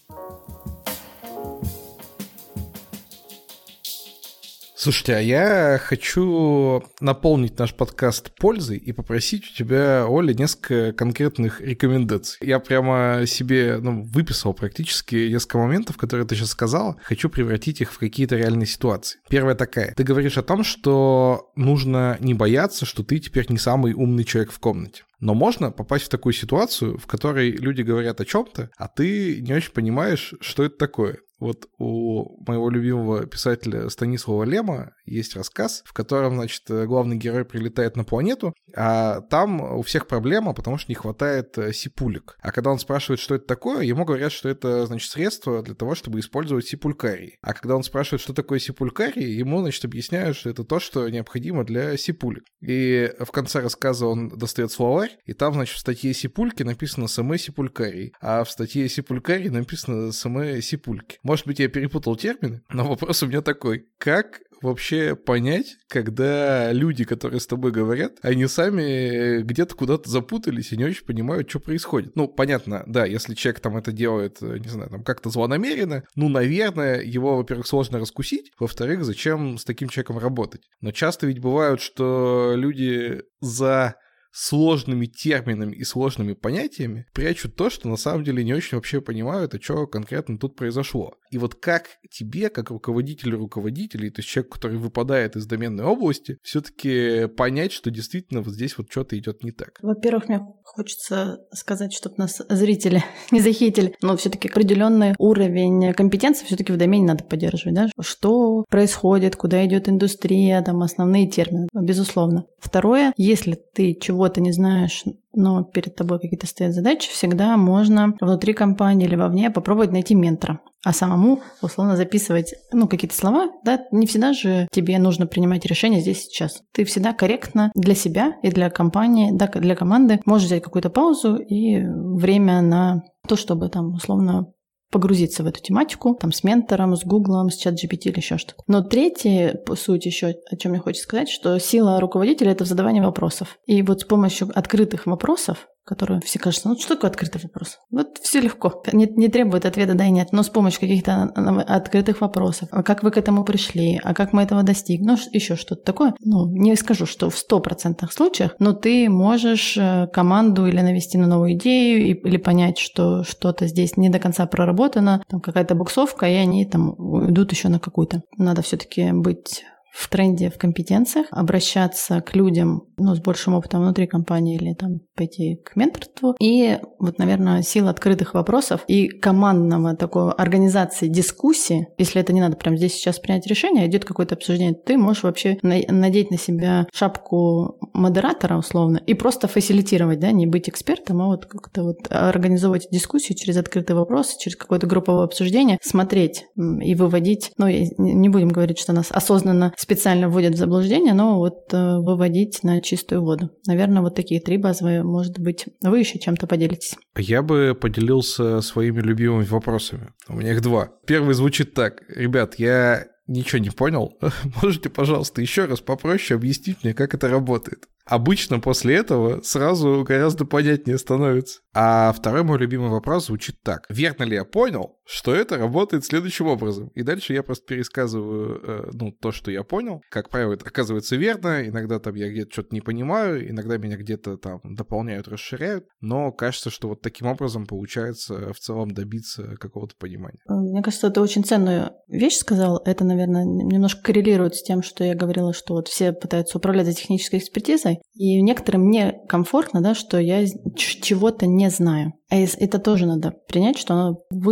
Слушайте, а я хочу наполнить наш подкаст пользой и попросить у тебя, Оля, несколько конкретных рекомендаций. Я прямо себе выписал практически несколько моментов, которые ты сейчас сказала. Хочу превратить их в какие-то реальные ситуации. Первая такая. Ты говоришь о том, что нужно не бояться, что ты теперь не самый умный человек в комнате. Но можно попасть в такую ситуацию, в которой люди говорят о чем-то, а ты не очень понимаешь, что это такое. Вот у моего любимого писателя Станислава Лема есть рассказ, в котором, значит, главный герой прилетает на планету, а там у всех проблема, потому что не хватает сипулек. А когда он спрашивает, что это такое, ему говорят, что это, значит, средство для того, чтобы использовать сипулькарий. А когда он спрашивает, что такое сипулькарий, ему, значит, объясняют, что это то, что необходимо для сипулек. И в конце рассказа он достает словарь, и там, значит, в статье сипульки написано «СМ сипулькарий», а в статье сипулькарий написано «СМ сипульки». Может быть, я перепутал термины, но вопрос у меня такой. Как вообще понять, когда люди, которые с тобой говорят, они сами где-то куда-то запутались и не очень понимают, что происходит? Ну, понятно, да, если человек там это делает, не знаю, там как-то злонамеренно, наверное, его, во-первых, сложно раскусить, во-вторых, зачем с таким человеком работать? Но часто ведь бывает, что люди за сложными терминами и сложными понятиями прячут то, что на самом деле не очень вообще понимают, а что конкретно тут произошло. И вот как тебе, как руководителю руководителей, то есть человек, который выпадает из доменной области, все-таки понять, что действительно вот здесь вот что-то идет не так? Во-первых, мне хочется сказать, чтобы нас зрители не захейтили, но все-таки определенный уровень компетенции все-таки в домене надо поддерживать, да? Что происходит, куда идет индустрия, там основные термины, безусловно. Второе, если ты чего-то не знаешь, но перед тобой какие-то стоят задачи, всегда можно внутри компании или вовне попробовать найти ментора, а самому, условно, записывать, какие-то слова, да, не всегда же тебе нужно принимать решение здесь сейчас. Ты всегда корректно для себя и для компании, да, для команды можешь взять какую-то паузу и время на то, чтобы там, условно, погрузиться в эту тематику, там, с ментором, с Гуглом, с ChatGPT или еще что-то. Но третье, по сути, еще о чем мне хочется сказать, что сила руководителя — это в задавании вопросов. И вот с помощью открытых вопросов, которые все кажется, что такое открытый вопрос? Вот все легко. Не требует ответа «да» и «нет», но с помощью каких-то открытых вопросов. А как вы к этому пришли? А как мы этого достигли? Еще что-то такое. Не скажу, что в 100% случаях, но ты можешь команду или навести на новую идею, или понять, что что-то здесь не до конца проработано, там какая-то буксовка, и они там идут еще на какую-то. Надо все-таки быть в тренде в компетенциях, обращаться к людям, с большим опытом внутри компании или там пойти к менторству. И вот, наверное, сила открытых вопросов и командного такой организации дискуссии, если это не надо прямо здесь сейчас принять решение, идет какое-то обсуждение, ты можешь вообще надеть на себя шапку модератора условно и просто фасилитировать, да, не быть экспертом, а вот как-то вот организовывать дискуссию через открытые вопросы, через какое-то групповое обсуждение, смотреть и выводить, не будем говорить, что нас осознанно специально вводят в заблуждение, но вот выводить на чистую воду. Наверное, вот такие 3 базовые, может быть, вы еще чем-то поделитесь. Я бы поделился своими любимыми вопросами. У меня их 2. Первый звучит так. Ребят, я ничего не понял. Можете, пожалуйста, еще раз попроще объяснить мне, как это работает? Обычно после этого сразу гораздо понятнее становится. А второй мой любимый вопрос звучит так. Верно ли я понял, что это работает следующим образом? И дальше я просто пересказываю то, что я понял. Как правило, это оказывается верно. Иногда там я где-то что-то не понимаю, иногда меня где-то там дополняют, расширяют. Но кажется, что вот таким образом получается в целом добиться какого-то понимания. Мне кажется, ты очень ценную вещь сказал. Это, наверное, немножко коррелирует с тем, что я говорила, что вот все пытаются управлять за технической экспертизой. И некоторым мне комфортно, да, что я чего-то не знаю. А это тоже надо принять, что оно выше уровень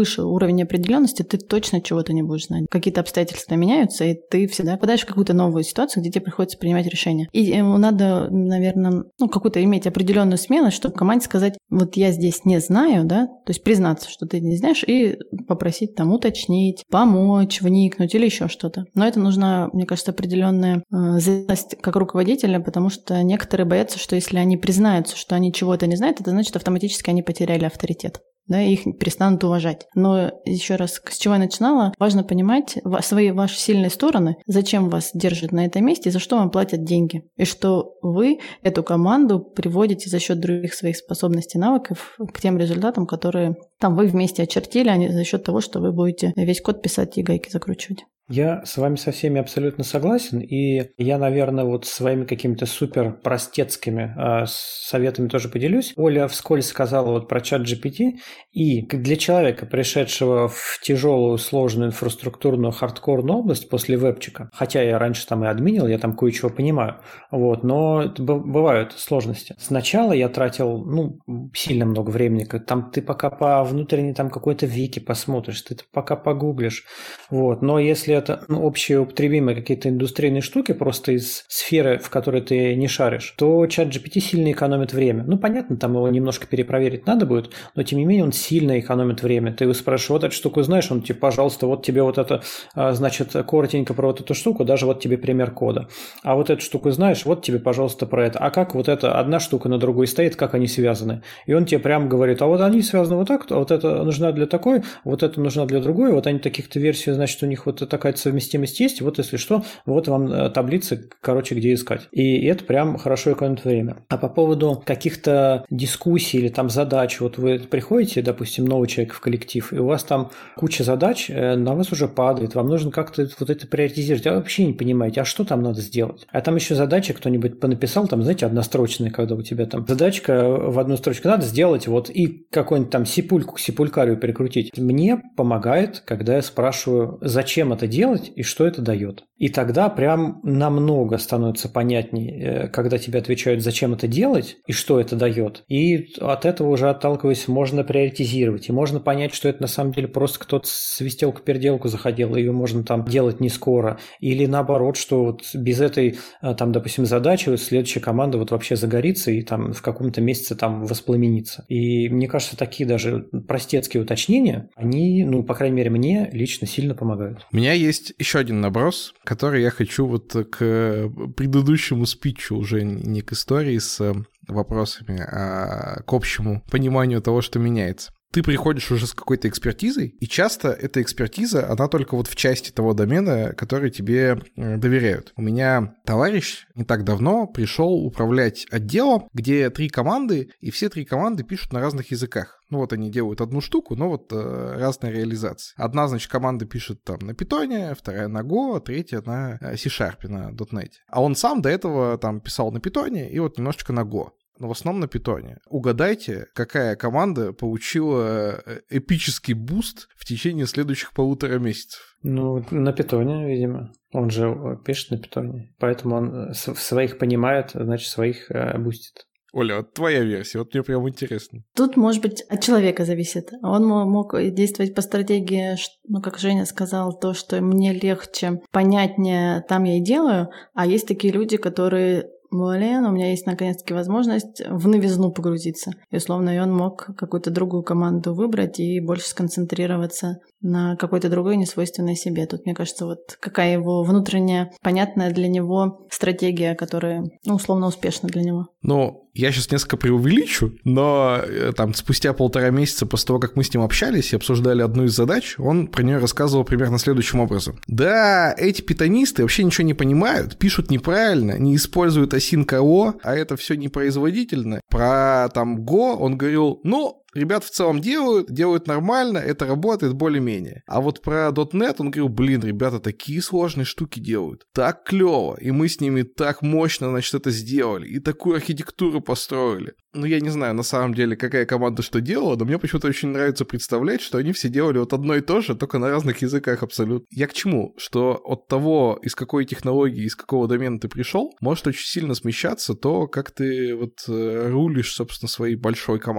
уровень неопределенности, ты точно чего-то не будешь знать. Какие-то обстоятельства меняются, и ты всегда попадаешь в какую-то новую ситуацию, где тебе приходится принимать решения. И ему надо, наверное, какую-то иметь определенную смелость, чтобы команде сказать, вот я здесь не знаю, да, то есть признаться, что ты не знаешь, и попросить там уточнить, помочь, вникнуть или еще что-то. Но это нужна, мне кажется, определенная зрелость как руководителя, потому что некоторые боятся, что если они признаются, что они чего-то не знают, это значит автоматически они потеряли авторитет. Да, их перестанут уважать. Но еще раз, с чего я начинала, важно понимать ваши сильные стороны, зачем вас держат на этом месте, за что вам платят деньги. И что вы эту команду приводите за счет других своих способностей, навыков к тем результатам, которые там вы вместе очертили, а не за счет того, что вы будете весь код писать и гайки закручивать. Я с вами со всеми абсолютно согласен, и я, наверное, вот своими какими-то супер простецкими советами тоже поделюсь. Оля вскользь сказала вот про ChatGPT, и для человека, пришедшего в тяжелую, сложную инфраструктурную, хардкорную область после вебчика, хотя я раньше там и админил, я там кое-чего понимаю, вот, но бывают сложности. Сначала я тратил, сильно много времени, там ты пока по внутренней там какой-то вики посмотришь, ты пока погуглишь, вот, но если это общеупотребимые какие-то индустрийные штуки просто из сферы, в которой ты не шаришь, то ChatGPT сильно экономит время. Понятно, там его немножко перепроверить надо будет, но тем не менее он сильно экономит время. Ты его спрашиваешь, вот эту штуку знаешь? Он тебе, пожалуйста, вот тебе вот это, значит, коротенько про вот эту штуку, даже вот тебе пример кода. А вот эту штуку знаешь? Вот тебе, пожалуйста, про это. А как вот эта одна штука на другой стоит, как они связаны? И он тебе прямо говорит, а вот они связаны вот так, а вот это нужна для такой, вот это нужна для другой, вот они таких-то версий, значит, у них вот такая совместимость есть, вот если что, вот вам таблицы, где искать. И это прям хорошо экономит время. А по поводу каких-то дискуссий или там задач, вот вы приходите, допустим, новый человек в коллектив, и у вас там куча задач на вас уже падает, вам нужно как-то вот это приоритизировать, а вы вообще не понимаете, а что там надо сделать? А там еще задача кто-нибудь понаписал, там, знаете, однострочная, когда у тебя там задачка в одну строчку надо сделать, вот, и какой-нибудь там сипульку к сипулькарию перекрутить. Мне помогает, когда я спрашиваю, зачем это делать и что это дает. И тогда прям намного становится понятней, когда тебе отвечают, зачем это делать и что это дает. И от этого уже отталкиваясь, можно приоритизировать. И можно понять, что это на самом деле просто кто-то свистелку-переделку заходил, и ее можно там делать не скоро. Или наоборот, что вот без этой, там, допустим, задачи следующая команда вот вообще загорится и там в каком-то месяце там воспламенится. И мне кажется, такие даже простецкие уточнения, они, по крайней мере, мне лично сильно помогают. У меня есть еще один наброс, который я хочу вот к предыдущему спичу, уже не к истории с вопросами, а к общему пониманию того, что меняется. Ты приходишь уже с какой-то экспертизой, и часто эта экспертиза, она только вот в части того домена, который тебе доверяют. У меня товарищ не так давно пришел управлять отделом, где 3 команды, и все 3 команды пишут на разных языках. Они делают одну штуку, но разная реализация. Одна, значит, команда пишет там на Python, вторая на Go, третья на C#, на .NET. А он сам до этого там писал на Python и вот немножечко на Go. Но в основном на Python. Угадайте, какая команда получила эпический буст в течение следующих 1,5 месяцев? На Python, видимо. Он же пишет на Python. Поэтому он своих понимает, значит, своих бустит. Оля, вот твоя версия, вот мне прям интересно. Тут, может быть, от человека зависит. Он мог действовать по стратегии, как Женя сказал, то, что мне легче, понятнее, там я и делаю, а есть такие люди, которые... у меня есть наконец-таки возможность в новизну погрузиться. И, условно, он мог какую-то другую команду выбрать и больше сконцентрироваться на какой-то другой, несвойственной себе. Тут, мне кажется, вот какая его внутренняя, понятная для него стратегия, которая, условно, успешна для него. Я сейчас несколько преувеличу, но там спустя 1,5 месяца после того, как мы с ним общались и обсуждали одну из задач, он про нее рассказывал примерно следующим образом. Да, эти питонисты вообще ничего не понимают, пишут неправильно, не используют async.io, а это все непроизводительно. Про там Go он говорил, ребят в целом делают нормально, это работает более-менее. А вот про .NET он говорил, ребята такие сложные штуки делают, так клево, и мы с ними так мощно, значит, это сделали, и такую архитектуру построили. Я не знаю, на самом деле, какая команда что делала, но мне почему-то очень нравится представлять, что они все делали вот одно и то же, только на разных языках абсолютно. Я к чему? Что от того, из какой технологии, из какого домена ты пришел, может очень сильно смещаться то, как ты рулишь, собственно, своей большой командой.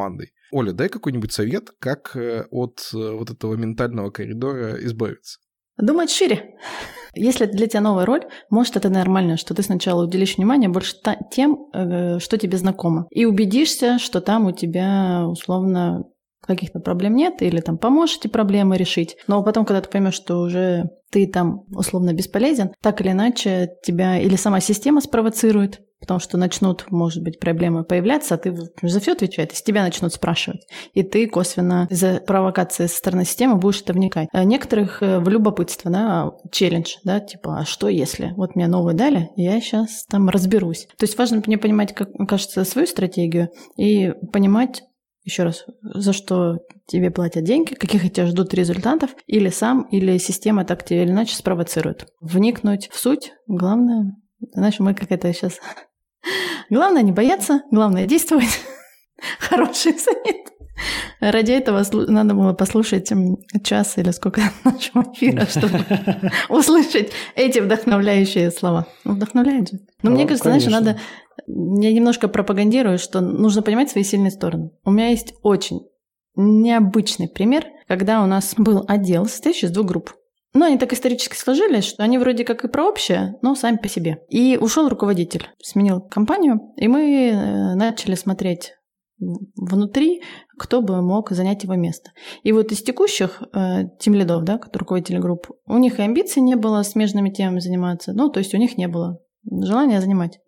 Оля, дай какой-нибудь совет, как от вот этого ментального коридора избавиться. Думать шире. Если это для тебя новая роль, может, это нормально, что ты сначала уделишь внимание больше тем, что тебе знакомо. И убедишься, что там у тебя, условно, каких-то проблем нет, или там поможешь эти проблемы решить. Но потом, когда ты поймешь, что уже ты там условно бесполезен, так или иначе тебя или сама система спровоцирует, потому что начнут, может быть, проблемы появляться, а ты за все отвечаешь, с тебя начнут спрашивать. И ты косвенно из-за провокации со стороны системы будешь это вникать. А некоторых в любопытство, да, челлендж, да, типа, а что если? Вот мне новые дали, я сейчас там разберусь. То есть важно мне понимать, как кажется, свою стратегию и понимать, еще раз, за что тебе платят деньги, каких от тебя ждут результатов, или сам, или система так тебя или иначе спровоцирует. Вникнуть в суть, главное, знаешь, мы как это сейчас... Главное не бояться, главное действовать. Хороший совет. Ради этого надо было послушать час или сколько нашего эфира, чтобы услышать эти вдохновляющие слова. Вдохновляет же. Но мне кажется, знаешь, надо... Я немножко пропагандирую, что нужно понимать свои сильные стороны. У меня есть очень необычный пример, когда у нас был отдел, состоящий из 2 групп. Но они так исторически сложились, что они вроде как и про общее, но сами по себе. И ушел руководитель, сменил компанию, и мы начали смотреть внутри, кто бы мог занять его место. И вот из текущих тимлидов, да, руководителей групп, у них и амбиций не было смежными темами заниматься, ну, то есть у них не было желания занимать.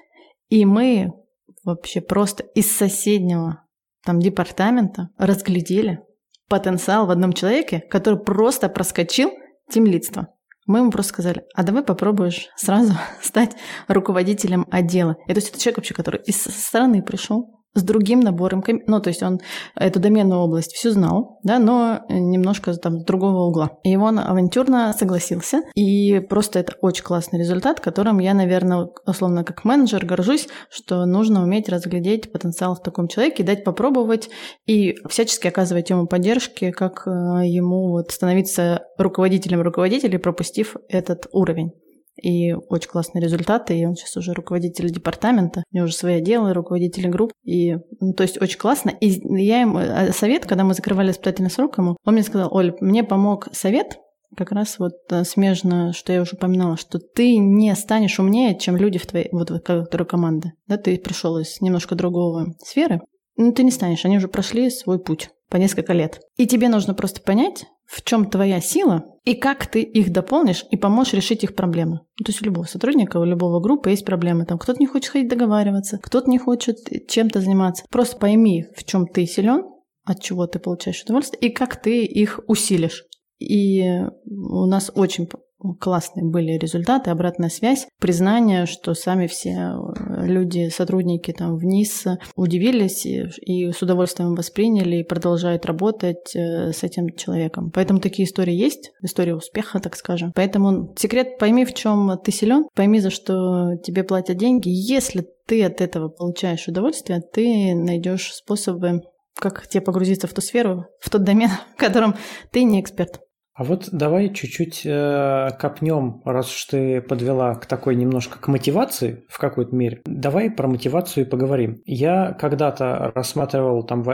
И мы вообще просто из соседнего там департамента разглядели потенциал в одном человеке, который просто проскочил тимлидство. Мы ему просто сказали, а давай попробуешь сразу стать руководителем отдела. И то есть это человек вообще, который из стороны пришел, с другим набором, ну, то есть он эту доменную область всю знал, да, но немножко там с другого угла. И он авантюрно согласился, и просто это очень классный результат, которым я, наверное, условно как менеджер горжусь, что нужно уметь разглядеть потенциал в таком человеке, дать попробовать и всячески оказывать ему поддержки, как ему вот становиться руководителем руководителей, пропустив этот уровень. И очень классные результаты, и он сейчас уже руководитель департамента, у него уже свои отделы, руководители групп, и, ну, то есть очень классно. И я ему совет, когда мы закрывали испытательный срок ему, он мне сказал, Оль, мне помог совет, как раз вот смежно, что я уже упоминала, что ты не станешь умнее, чем люди в твоей, вот которые команды, да, ты пришел из немножко другого сферы, ну ты не станешь, они уже прошли свой путь по несколько лет. И тебе нужно просто понять, в чем твоя сила и как ты их дополнишь и поможешь решить их проблемы. То есть у любого сотрудника, у любого группы есть проблемы. Там кто-то не хочет ходить договариваться, кто-то не хочет чем-то заниматься. Просто пойми, в чем ты силен, от чего ты получаешь удовольствие и как ты их усилишь. И у нас очень классные были результаты, обратная связь, признание, что сами все люди, сотрудники там вниз удивились и с удовольствием восприняли и продолжают работать с этим человеком. Поэтому такие истории есть, история успеха, так скажем. Поэтому секрет: пойми, в чем ты силен, пойми, за что тебе платят деньги. Если ты от этого получаешь удовольствие, ты найдешь способы, как тебе погрузиться в ту сферу, в тот домен, в котором ты не эксперт. А вот давай чуть-чуть копнем, раз уж ты подвела к такой немножко к мотивации в какой-то мере. Давай про мотивацию и поговорим. Я когда-то рассматривал там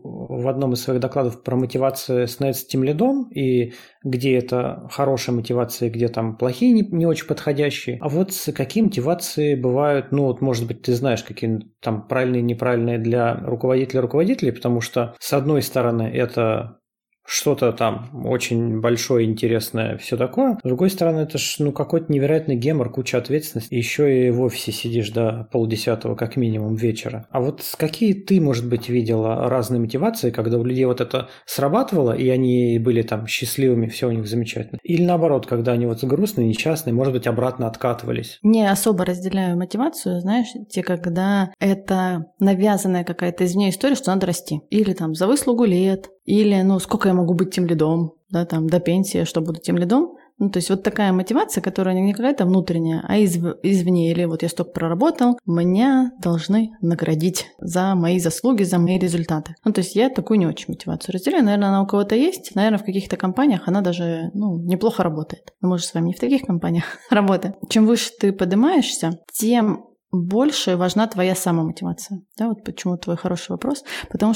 в одном из своих докладов про мотивацию становиться тимлидом, и где это хорошая мотивация, где там плохие, не очень подходящие. А вот какие мотивации бывают, ну вот, может быть, ты знаешь, какие там правильные и неправильные для руководителей, потому что с одной стороны это что-то там очень большое, интересное, все такое. С другой стороны, это ж какой-то невероятный гемор, куча ответственности. Еще и в офисе сидишь до 9:30 как минимум вечера. А вот какие ты, может быть, видела разные мотивации, когда у людей вот это срабатывало, и они были там счастливыми, все у них замечательно? Или наоборот, когда они вот грустные, несчастные, может быть, обратно откатывались? Не особо разделяю мотивацию, знаешь, когда это навязанная какая-то извне история, что надо расти. Или там за выслугу лет, или, сколько я могу быть тимлидом, да, там, до пенсии, что буду тимлидом. То есть вот такая мотивация, которая не какая-то внутренняя, а извне. Или вот я столько проработал, меня должны наградить за мои заслуги, за мои результаты. То есть я такую не очень мотивацию разделяю. Наверное, она у кого-то есть. Наверное, в каких-то компаниях она даже, неплохо работает. Но мы же с вами не в таких компаниях работаем. Чем выше ты поднимаешься, тем больше важна твоя самомотивация. Да, вот почему твой хороший вопрос. Потому что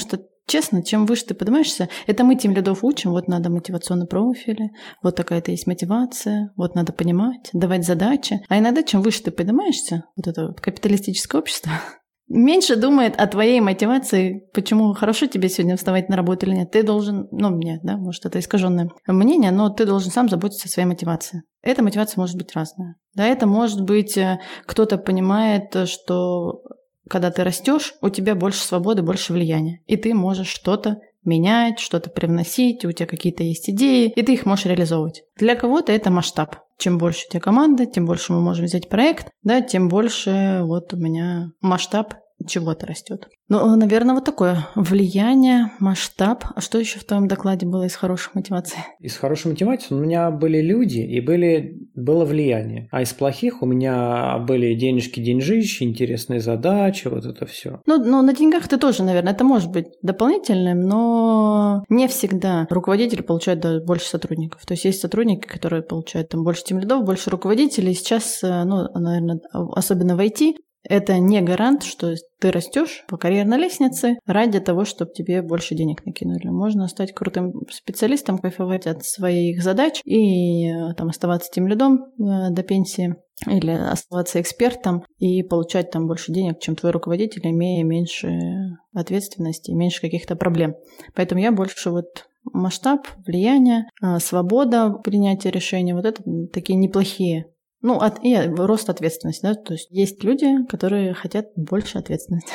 честно, чем выше ты поднимаешься, это мы тимлидов учим, вот надо мотивационный профиль, вот такая-то есть мотивация, вот надо понимать, давать задачи. А иногда, чем выше ты поднимаешься, вот это вот капиталистическое общество, меньше думает о твоей мотивации, почему хорошо тебе сегодня вставать на работу или нет. Ты должен, мне, да, может, это искаженное мнение, но ты должен сам заботиться о своей мотивации. Эта мотивация может быть разная. Да, это может быть, кто-то понимает, что когда ты растешь, у тебя больше свободы, больше влияния. И ты можешь что-то менять, что-то привносить, у тебя какие-то есть идеи, и ты их можешь реализовывать. Для кого-то это масштаб. Чем больше у тебя команда, тем больше мы можем взять проект, да, тем больше вот у меня масштаб чего-то растет. Ну, наверное, вот такое влияние, масштаб. А что еще в твоем докладе было из хорошей мотивации? Из хорошей мотивации у меня были люди и было влияние. А из плохих у меня были денежки-деньжищи, интересные задачи, вот это все. Ну, на деньгах ты тоже, наверное, это может быть дополнительным, но не всегда руководитель получает больше сотрудников. То есть есть сотрудники, которые получают там больше тимлидов, больше руководителей. Сейчас, наверное, особенно в IT, это не гарант, что ты растешь по карьерной лестнице ради того, чтобы тебе больше денег накинули. Можно стать крутым специалистом, кайфовать от своих задач и там оставаться тимлидом до пенсии или оставаться экспертом и получать там больше денег, чем твой руководитель, имея меньше ответственности, меньше каких-то проблем. Поэтому я больше масштаб, влияние, свобода принятия решений, вот это такие неплохие. И рост ответственности, да, то есть есть люди, которые хотят больше ответственности.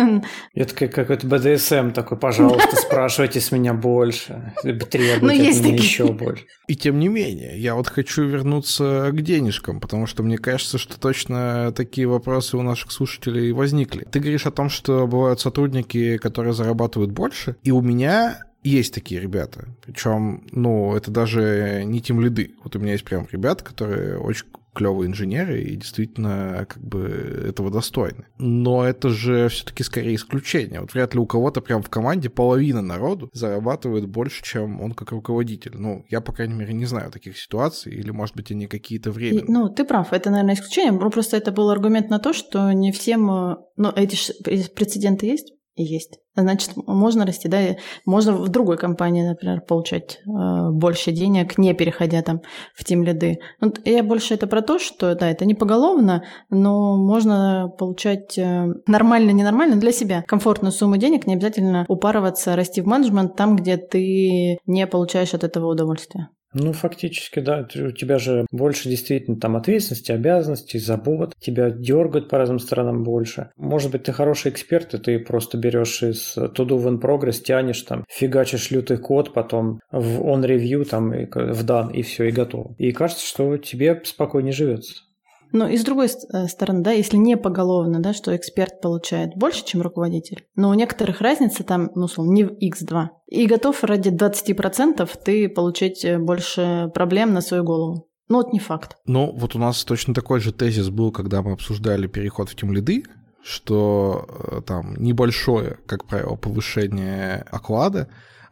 Это какой-то БДСМ такой, пожалуйста, спрашивайте с меня больше, требуйте от меня еще больше. И тем не менее, я хочу вернуться к денежкам, потому что мне кажется, что точно такие вопросы у наших слушателей возникли. Ты говоришь о том, что бывают сотрудники, которые зарабатывают больше, и у меня есть такие ребята, причем, это даже не тимлиды. Вот у меня есть прям ребята, которые очень клевые инженеры и действительно этого достойны. Но это же все-таки скорее исключение. Вот вряд ли у кого-то прям в команде половина народу зарабатывает больше, чем он как руководитель. Я, по крайней мере, не знаю таких ситуаций, или, может быть, они какие-то временные. Ты прав, это, наверное, исключение. Просто это был аргумент на то, что не всем... эти прецеденты есть? Есть. Значит, можно расти, да, можно в другой компании, например, получать больше денег, не переходя там в тимлиды. Я больше это про то, что, да, это не поголовно, но можно получать нормально, ненормально для себя комфортную сумму денег, не обязательно упарываться, расти в менеджмент там, где ты не получаешь от этого удовольствия. Фактически, да, у тебя же больше действительно там ответственности, обязанностей, забот, тебя дергают по разным сторонам больше. Может быть, ты хороший эксперт, и ты просто берешь из to-do in progress, тянешь там, фигачишь лютый код, потом в on review, там, в done, и все, и готово. И кажется, что тебе спокойнее живется. И с другой стороны, да, если не поголовно, да, что эксперт получает больше, чем руководитель, но у некоторых разница там, не в x2, и готов ради 20% ты получить больше проблем на свою голову. Это не факт. У нас точно такой же тезис был, когда мы обсуждали переход в тимлиды, что там небольшое, как правило, повышение оклада,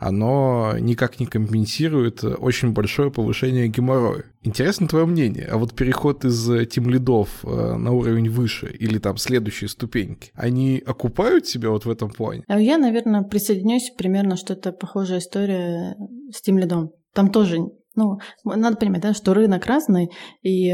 оно никак не компенсирует очень большое повышение геморроя. Интересно твое мнение, а переход из тимлидов на уровень выше или там следующие ступеньки, они окупают себя в этом плане? Я, наверное, присоединюсь примерно, что это похожая история с тимлидом. Там тоже... надо понимать, да, что рынок разный, и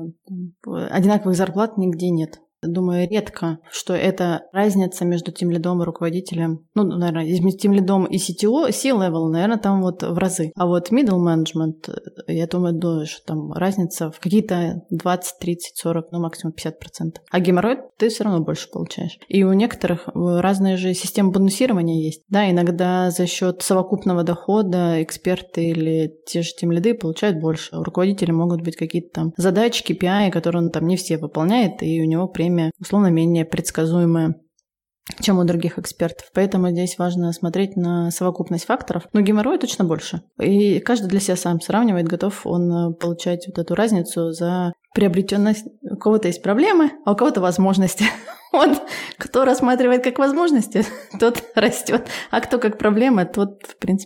одинаковых зарплат нигде нет. Думаю, редко, что это разница между тимлидом и руководителем. Наверное, между тимлидом и CTO, C-level, наверное, там в разы. А middle management, я думаю, что там разница в какие-то 20, 30, 40, максимум 50%. А геморрой ты все равно больше получаешь. И у некоторых разные же системы бонусирования есть. Да, иногда за счет совокупного дохода эксперты или те же тимлиды получают больше. У руководителя могут быть какие-то там задачи, KPI, которые он там не все выполняет, и у него премия условно менее предсказуемая, чем у других экспертов. Поэтому здесь важно смотреть на совокупность факторов. Но геморрой точно больше. И каждый для себя сам сравнивает, готов он получать эту разницу за приобретенность. У кого-то есть проблемы, а у кого-то возможности. Кто рассматривает как возможности, тот растет. А кто как проблема, тот, в принципе,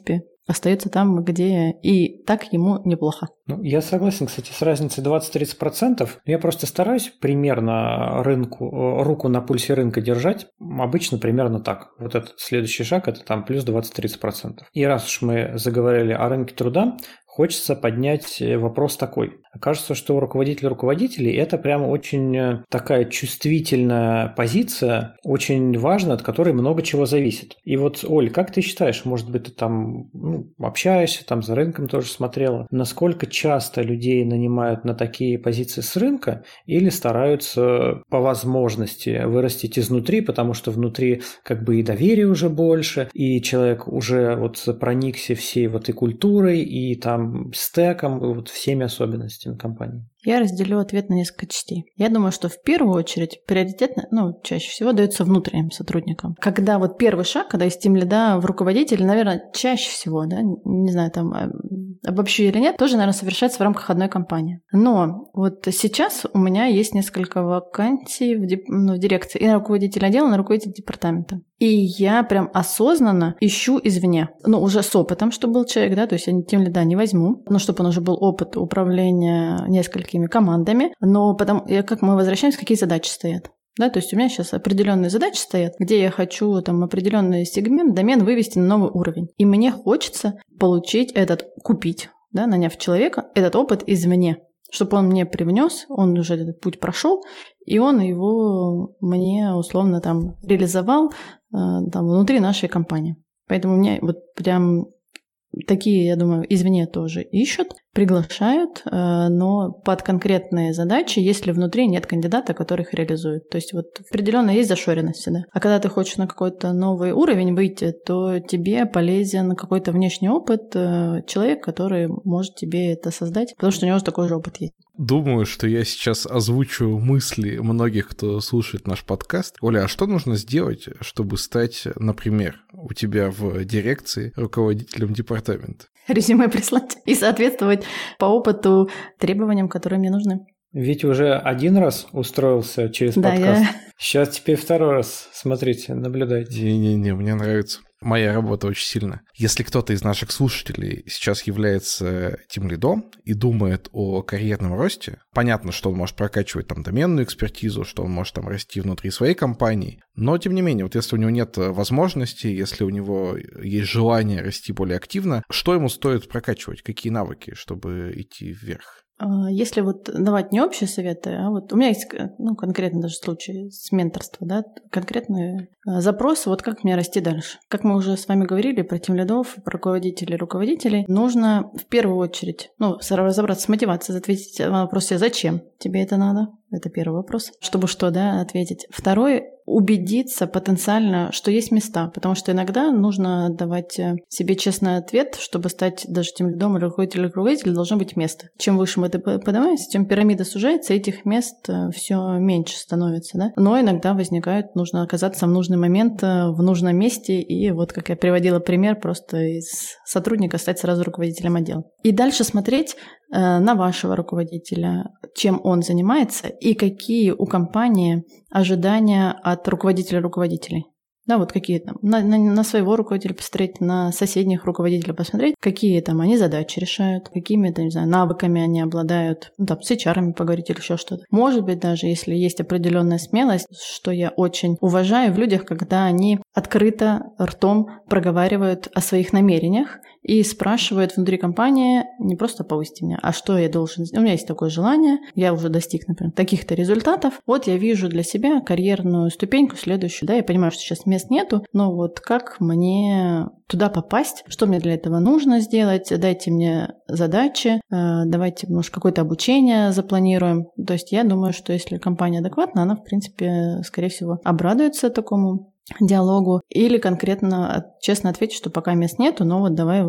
остается там, где и так ему неплохо. Ну, я согласен, кстати, с разницей 20-30%. Я просто стараюсь примерно руку на пульсе рынка держать. Обычно примерно так. Вот этот следующий шаг – это там плюс 20-30%. И раз уж мы заговорили о рынке труда, хочется поднять вопрос такой. Кажется, что у руководителей это прямо очень такая чувствительная позиция, очень важная, от которой много чего зависит. И вот, Оль, как ты считаешь, может быть, ты там общаешься, там за рынком тоже смотрела, насколько часто людей нанимают на такие позиции с рынка или стараются по возможности вырастить изнутри, потому что внутри как бы и доверия уже больше, и человек уже вот проникся всей вот и культурой, и там стеком, и вот всеми особенностями компании? Я разделю ответ на несколько частей. Я думаю, что в первую очередь приоритетно, чаще всего дается внутренним сотрудникам. Когда вот первый шаг, когда из тимлида в руководитель, наверное, чаще всего, да, не знаю, там обобщу или нет, тоже, наверное, совершается в рамках одной компании. Но вот сейчас у меня есть несколько вакансий в дирекции и на руководителя отдела, и на руководителя департамента. И я прям осознанно ищу извне. Уже с опытом, что был человек, да, то есть я тимлида не возьму, но чтобы он уже был опыт управления несколькими командами, но потом, как мы возвращаемся, какие задачи стоят. Да, то есть у меня сейчас определенные задачи стоят, где я хочу там определенный сегмент, домен вывести на новый уровень. И мне хочется получить купить, да, наняв человека, этот опыт извне, чтобы он мне привнес, он уже этот путь прошел, и он его мне условно там реализовал там внутри нашей компании. Поэтому у меня вот прям такие, я думаю, извне тоже ищут, приглашают, но под конкретные задачи, если внутри нет кандидата, который их реализует. То есть вот определенно есть зашоренность всегда. А когда ты хочешь на какой-то новый уровень выйти, то тебе полезен какой-то внешний опыт, человек, который может тебе это создать, потому что у него уже такой же опыт есть. Думаю, что я сейчас озвучу мысли многих, кто слушает наш подкаст. Оля, а что нужно сделать, чтобы стать, например, у тебя в дирекции руководителем департамента? Резюме прислать и соответствовать по опыту требованиям, которые мне нужны. Витя уже один раз устроился через подкаст. Сейчас теперь второй раз. Смотрите, наблюдайте. Не, мне нравится. Моя работа очень сильно. Если кто-то из наших слушателей сейчас является тимлидом и думает о карьерном росте, понятно, что он может прокачивать там доменную экспертизу, что он может там расти внутри своей компании, но тем не менее, вот если у него нет возможности, если у него есть желание расти более активно, что ему стоит прокачивать, какие навыки, чтобы идти вверх? Если вот давать не общие советы, а вот у меня есть конкретно даже случай с менторства, да, конкретный запрос, вот как мне расти дальше. Как мы уже с вами говорили про тимлидов, про руководителей, нужно в первую очередь, разобраться с мотивацией, ответить на вопрос себе, зачем тебе это надо? Это первый вопрос. Чтобы ответить. Второй – убедиться потенциально, что есть места, потому что иногда нужно давать себе честный ответ, чтобы стать даже тимлидом или руководителем, должно быть место. Чем выше мы поднимаемся, тем пирамида сужается, этих мест все меньше становится. Да? Но иногда нужно оказаться в нужный момент, в нужном месте, и вот как я приводила пример, просто из сотрудника стать сразу руководителем отдела. И дальше смотреть на вашего руководителя, чем он занимается и какие у компании ожидания от руководителей. Да, вот какие там, на своего руководителя посмотреть, на соседних руководителей посмотреть, какие там они задачи решают, какими, не знаю, навыками они обладают, с HR-ами поговорить или еще что-то. Может быть, даже если есть определенная смелость, что я очень уважаю в людях, когда они открыто ртом проговаривают о своих намерениях и спрашивают внутри компании не просто повысьте меня, а что я должен сделать. У меня есть такое желание, я уже достиг, например, таких-то результатов. Вот я вижу для себя карьерную ступеньку следующую, да, я понимаю, что сейчас мест нету, но вот как мне туда попасть, что мне для этого нужно сделать, дайте мне задачи, давайте, может, какое-то обучение запланируем. То есть я думаю, что если компания адекватна, она, в принципе, скорее всего, обрадуется такому диалогу или конкретно честно ответить, что пока мест нету, но вот давай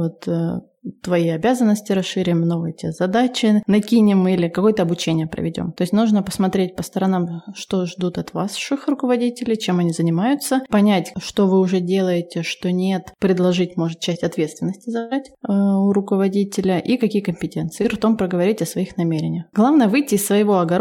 твои обязанности расширим, новые те задачи накинем или какое-то обучение проведем. То есть нужно посмотреть по сторонам, что ждут от ваших руководителей, чем они занимаются, понять, что вы уже делаете, что нет, предложить, может, часть ответственности забрать у руководителя и какие компетенции, и ртом проговорить о своих намерениях. Главное выйти из своего огорода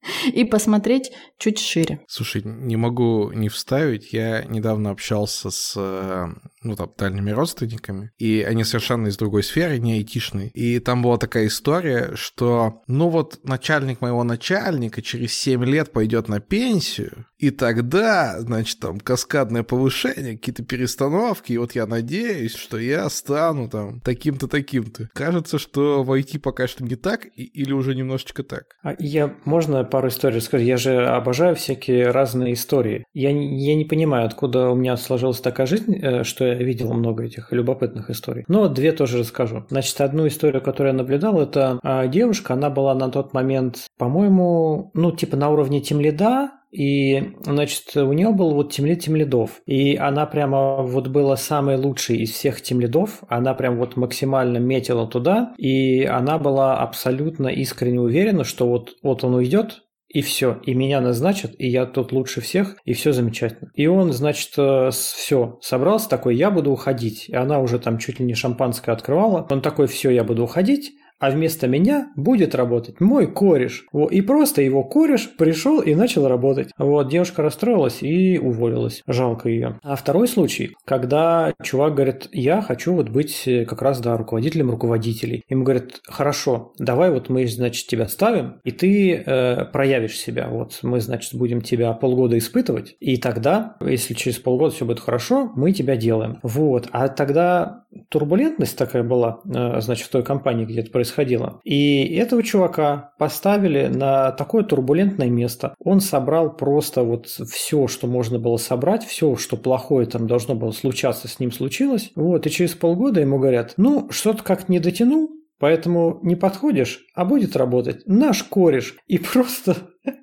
и посмотреть чуть шире. Слушай, не могу не вставить. Я недавно общался с дальними родственниками, и они совершенно из другой сферы, не айтишной. И там была такая история, что начальник моего начальника через 7 лет пойдет на пенсию, и тогда, значит, там каскадное повышение, какие-то перестановки, и вот я надеюсь, что я стану там таким-то, таким-то. Кажется, что в IT пока что не так, или уже немножечко так. Можно пару историй рассказать? Я же обожаю всякие разные истории. Я не понимаю, откуда у меня сложилась такая жизнь, что я видел много этих любопытных историй. Но 2 тоже расскажу. Значит, одну историю, которую я наблюдал, это девушка, она была на тот момент, по-моему, на уровне тимлида, и, значит, у нее был тимлидов. И она прямо была самой лучшей из всех тимлидов. Она прям максимально метила туда. И она была абсолютно искренне уверена, что вот он уйдет, и все, и меня назначат, и я тут лучше всех, и все замечательно. И он, значит, все, собрался такой, я буду уходить. И она уже там чуть ли не шампанское открывала. Он такой, все, я буду уходить. А вместо меня будет работать мой кореш. И просто его кореш пришел и начал работать. Девушка расстроилась и уволилась. Жалко ее. А второй случай, когда чувак говорит, я хочу быть как раз, руководителем руководителей. Ему говорят, хорошо, давай мы, значит, тебя ставим, и ты проявишь себя. Мы, значит, будем тебя полгода испытывать, и тогда, если через полгода все будет хорошо, мы тебя делаем. А тогда турбулентность такая была, значит, в той компании, где это происходило. И этого чувака поставили на такое турбулентное место. Он собрал просто все, что можно было собрать, все, что плохое там должно было случаться, с ним случилось. И через полгода ему говорят, что-то как-то не дотянул, поэтому не подходишь, а будет работать наш кореш. И просто...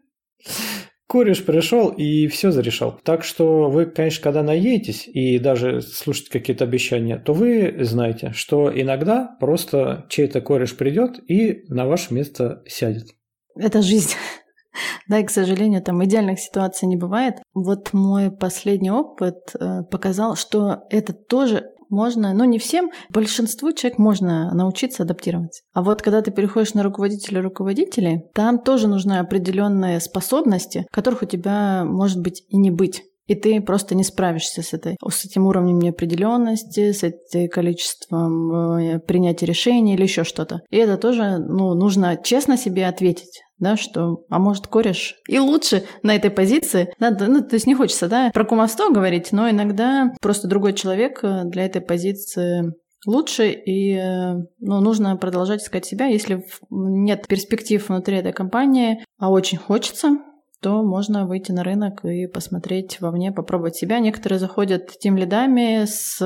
Кореш пришел и все зарешал. Так что вы, конечно, когда наедетесь и даже слушаете какие-то обещания, то вы знаете, что иногда просто чей-то кореш придет и на ваше место сядет. Это жизнь. Да, и, к сожалению, там идеальных ситуаций не бывает. Мой последний опыт показал, что это тоже можно, не всем, большинству человек можно научиться адаптироваться. А когда ты переходишь на руководителей, там тоже нужны определенные способности, которых у тебя может быть и не быть. И ты просто не справишься с этим уровнем неопределенности, с этим количеством принятия решений или еще что-то. И это тоже нужно честно себе ответить. Что, может, кореш и лучше на этой позиции. То есть не хочется, про кумовство говорить, но иногда просто другой человек для этой позиции лучше, и нужно продолжать искать себя. Если нет перспектив внутри этой компании, а очень хочется, то можно выйти на рынок и посмотреть вовне, попробовать себя. Некоторые заходят тимлидами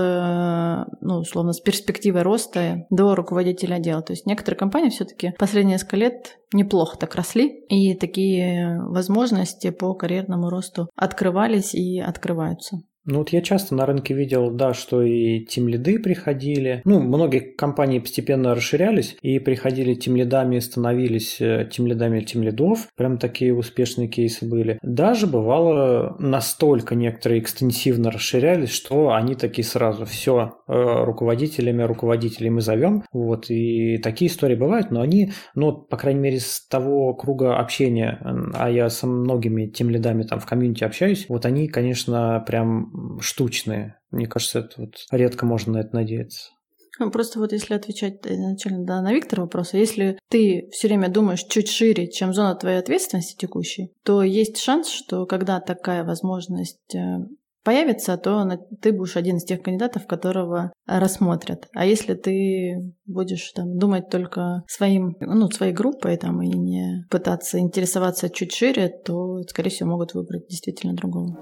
условно, с перспективой роста до руководителя отдела. То есть некоторые компании все-таки последние несколько лет неплохо так росли, и такие возможности по карьерному росту открывались и открываются. Я часто на рынке видел, что и тимлиды приходили. Многие компании постепенно расширялись и приходили тимлидами, становились тимлидами тимлидов. Прям такие успешные кейсы были. Даже бывало настолько некоторые экстенсивно расширялись, что они такие сразу все руководителей мы зовем. И такие истории бывают, но они, по крайней мере, с того круга общения, а я со многими тимлидами там в комьюнити общаюсь, они, конечно, прям штучные. Мне кажется, это редко можно на это надеяться. Просто если отвечать изначально на Виктора вопроса, если ты все время думаешь чуть шире, чем зона твоей ответственности текущей, то есть шанс, что когда такая возможность появится, то ты будешь один из тех кандидатов, которого рассмотрят. А если ты будешь думать только своей группой и не пытаться интересоваться чуть шире, то, скорее всего, могут выбрать действительно другого.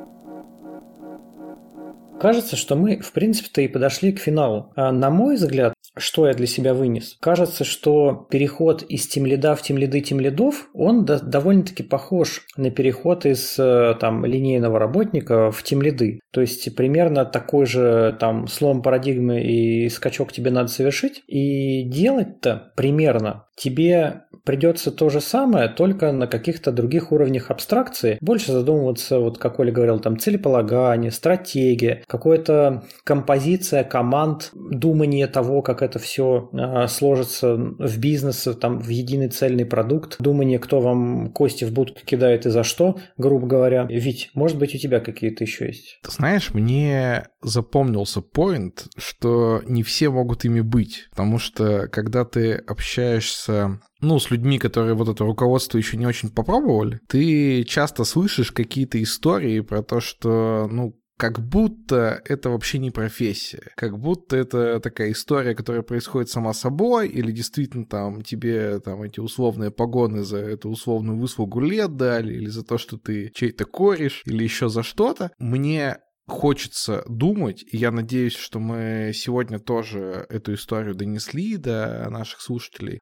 Кажется, что мы, в принципе-то, и подошли к финалу. На мой взгляд, что я для себя вынес? Кажется, что переход из тимлида в тимлидов, он довольно-таки похож на переход из линейного работника в тимлиды. То есть примерно такой же слом парадигмы и скачок тебе надо совершить. И делать-то примерно тебе придется то же самое, только на каких-то других уровнях абстракции. Больше задумываться, вот как Оля говорил, там целеполагание, стратегия, какая-то композиция команд, думание того, как это все сложится в бизнес, там, в единый цельный продукт, думание, кто вам кости в будку кидает и за что, грубо говоря. Вить, может быть, у тебя какие-то еще есть? Ты знаешь, мне запомнился поинт, что не все могут ими быть, потому что когда ты общаешься, с людьми, которые вот это руководство еще не очень попробовали, ты часто слышишь какие-то истории про то, что, как будто это вообще не профессия, как будто это такая история, которая происходит сама собой, или действительно там тебе там эти условные погоны за эту условную выслугу лет дали, или за то, что ты чей-то кореш, или еще за что-то. Мне хочется думать, и я надеюсь, что мы сегодня тоже эту историю донесли до наших слушателей,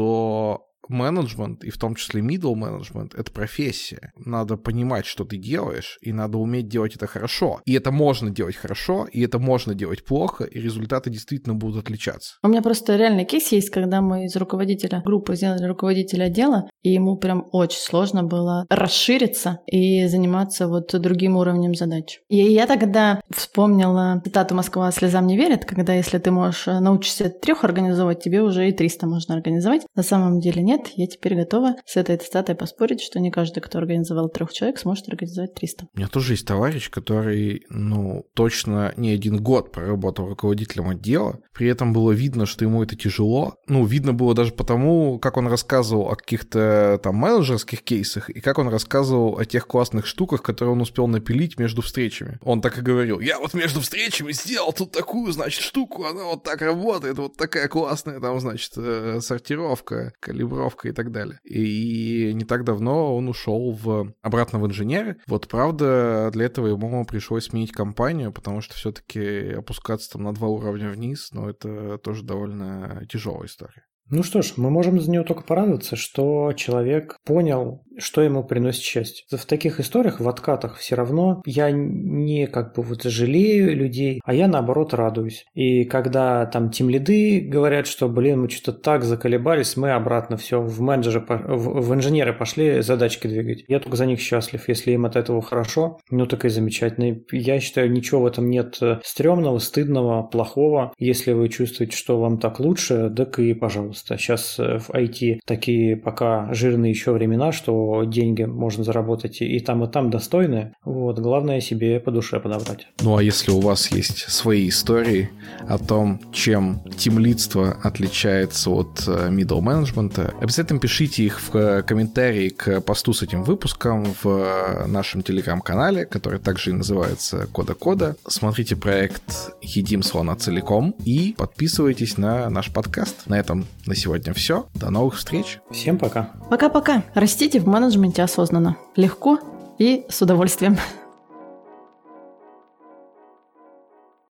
что менеджмент, и в том числе middle management, это профессия. Надо понимать, что ты делаешь, и надо уметь делать это хорошо. И это можно делать хорошо, и это можно делать плохо, и результаты действительно будут отличаться. У меня просто реальный кейс есть, когда мы из руководителя группы сделали руководителя отдела, и ему прям очень сложно было расшириться и заниматься вот другим уровнем задач. И я тогда вспомнила цитату «Москва слезам не верит», когда если ты можешь научишься 3 организовать, тебе уже и 300 можно организовать. На самом деле нет. Я теперь готова с этой цитатой поспорить, что не каждый, кто организовал 3 человек, сможет организовать 300. У меня тоже есть товарищ, который, точно не 1 год проработал руководителем отдела. При этом было видно, что ему это тяжело. Видно было даже потому, как он рассказывал о каких-то там менеджерских кейсах и как он рассказывал о тех классных штуках, которые он успел напилить между встречами. Он так и говорил: я вот между встречами сделал тут такую, штуку, она вот так работает, вот такая классная там, сортировка, калибровка и так далее. И не так давно он ушел обратно в инженеры. Вот, правда, для этого ему пришлось сменить компанию, потому что все-таки опускаться там на 2 уровня вниз, это тоже довольно тяжелая история. Ну что ж, мы можем за него только порадоваться, что человек понял, что ему приносит счастье. В таких историях, в откатах, все равно я не жалею людей, а я наоборот радуюсь. И когда там тимлиды говорят, что, мы что-то так заколебались, мы обратно все в инженеры пошли задачки двигать. Я только за них счастлив. Если им от этого хорошо, так и замечательно. Я считаю, ничего в этом нет стрёмного, стыдного, плохого. Если вы чувствуете, что вам так лучше, так и пожалуйста. Сейчас в IT такие пока жирные еще времена, что деньги можно заработать и там достойные. Главное себе по душе подобрать. А если у вас есть свои истории о том, чем тимлидство отличается от middle management, обязательно пишите их в комментарии к посту с этим выпуском в нашем телеграм-канале, который также и называется Кода. Смотрите проект «Едим слона целиком» и подписывайтесь на наш подкаст. На этом на сегодня все. До новых встреч. Всем пока. Пока-пока. Растите в менеджменте осознанно. Легко и с удовольствием.